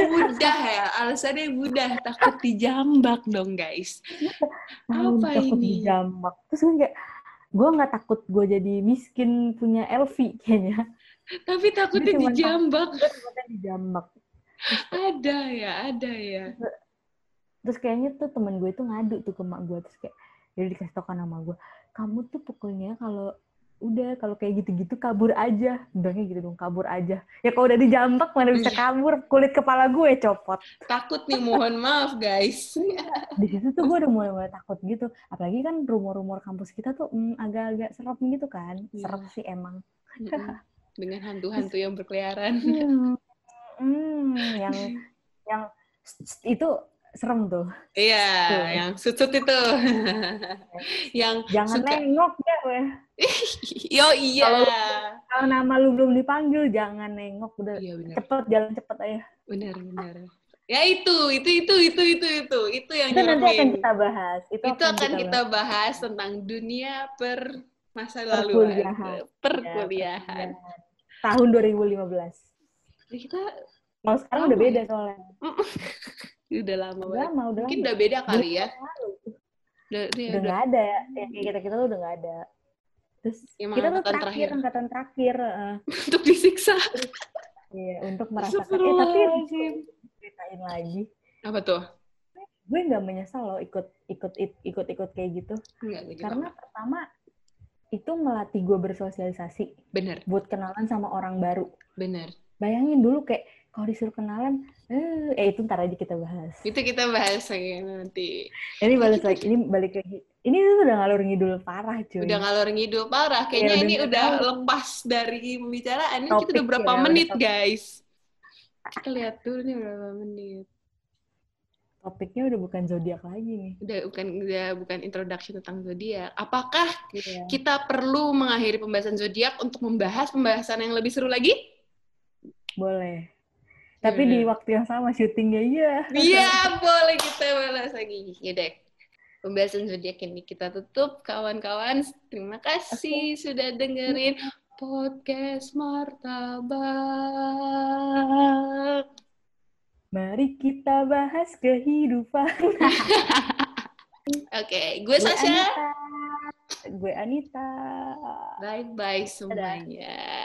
mudah, takut dijambak dong guys. Apa takut ini? Dijambak. Terus gue nggak takut gue jadi miskin punya LV kayaknya. Tapi takutnya dijambak. Takutnya dijambak. Ada ya. Terus kayaknya tuh temen gue tuh ngadu tuh ke mak gue, terus kayak jadi dikasih tau kan sama gue, kamu tuh pokoknya kalau kayak gitu-gitu kabur aja, bilangnya gitu dong, kabur aja. Ya kalau udah dijambak mana bisa kabur, kulit kepala gue copot. Takut nih, mohon maaf guys. Di situ tuh gue udah mulai takut gitu, apalagi kan rumor-rumor kampus kita tuh agak-agak serem gitu kan, serem sih emang. Dengan hantu-hantu yang berkeliaran. Yang itu serem tuh. Iya, yang sut-sut itu. Yang jangan suka... nengok ya, weh. Yo iya. Kalau nama lu belum dipanggil, jangan nengok. Udah jalan cepet aja. Benar. Ya itu yang itu nanti akan kita bahas. Itu akan kita bahas tentang dunia perkuliahan. Tahun 2015. Ya, kita mau sekarang udah beda soalnya. Udah lama banget. Mungkin udah beda kali ya. Udah nggak ada ya. Yang kayak kita tuh udah nggak ada. Terus kita tuh angkatan terakhir. Untuk disiksa. Iya, untuk merasakan. Tapi ceritain lagi. Apa tuh? Gue nggak menyesal loh ikut kayak gitu. Karena pertama itu melatih gue bersosialisasi. Bener. Buat kenalan sama orang baru. Bener. Bayangin dulu kayak kalau disuruh kenalan, itu ntar aja kita bahas. Itu kita bahas lagi nanti. Ini balik lagi. Ini tuh udah ngalor ngidul parah, cuy. Udah ngalor ngidul parah. Kayaknya ini udah lepas dari pembicaraan. Ini kita udah berapa menit, guys? Kita lihat dulu nih berapa menit. Topiknya udah bukan zodiak lagi nih. Udah bukan introduction tentang zodiak. Apakah kita perlu mengakhiri pembahasan zodiak untuk membahas pembahasan yang lebih seru lagi? Boleh. Tapi di waktu yang sama syutingnya, iya. Iya, boleh kita bahas lagi. Yaudah, pembahasan zodiak ini kita tutup, kawan-kawan. Terima kasih sudah dengerin podcast Martabak. Mari kita bahas kehidupan. Oke, gue Sasha. Gue Anita. Bye-bye semuanya.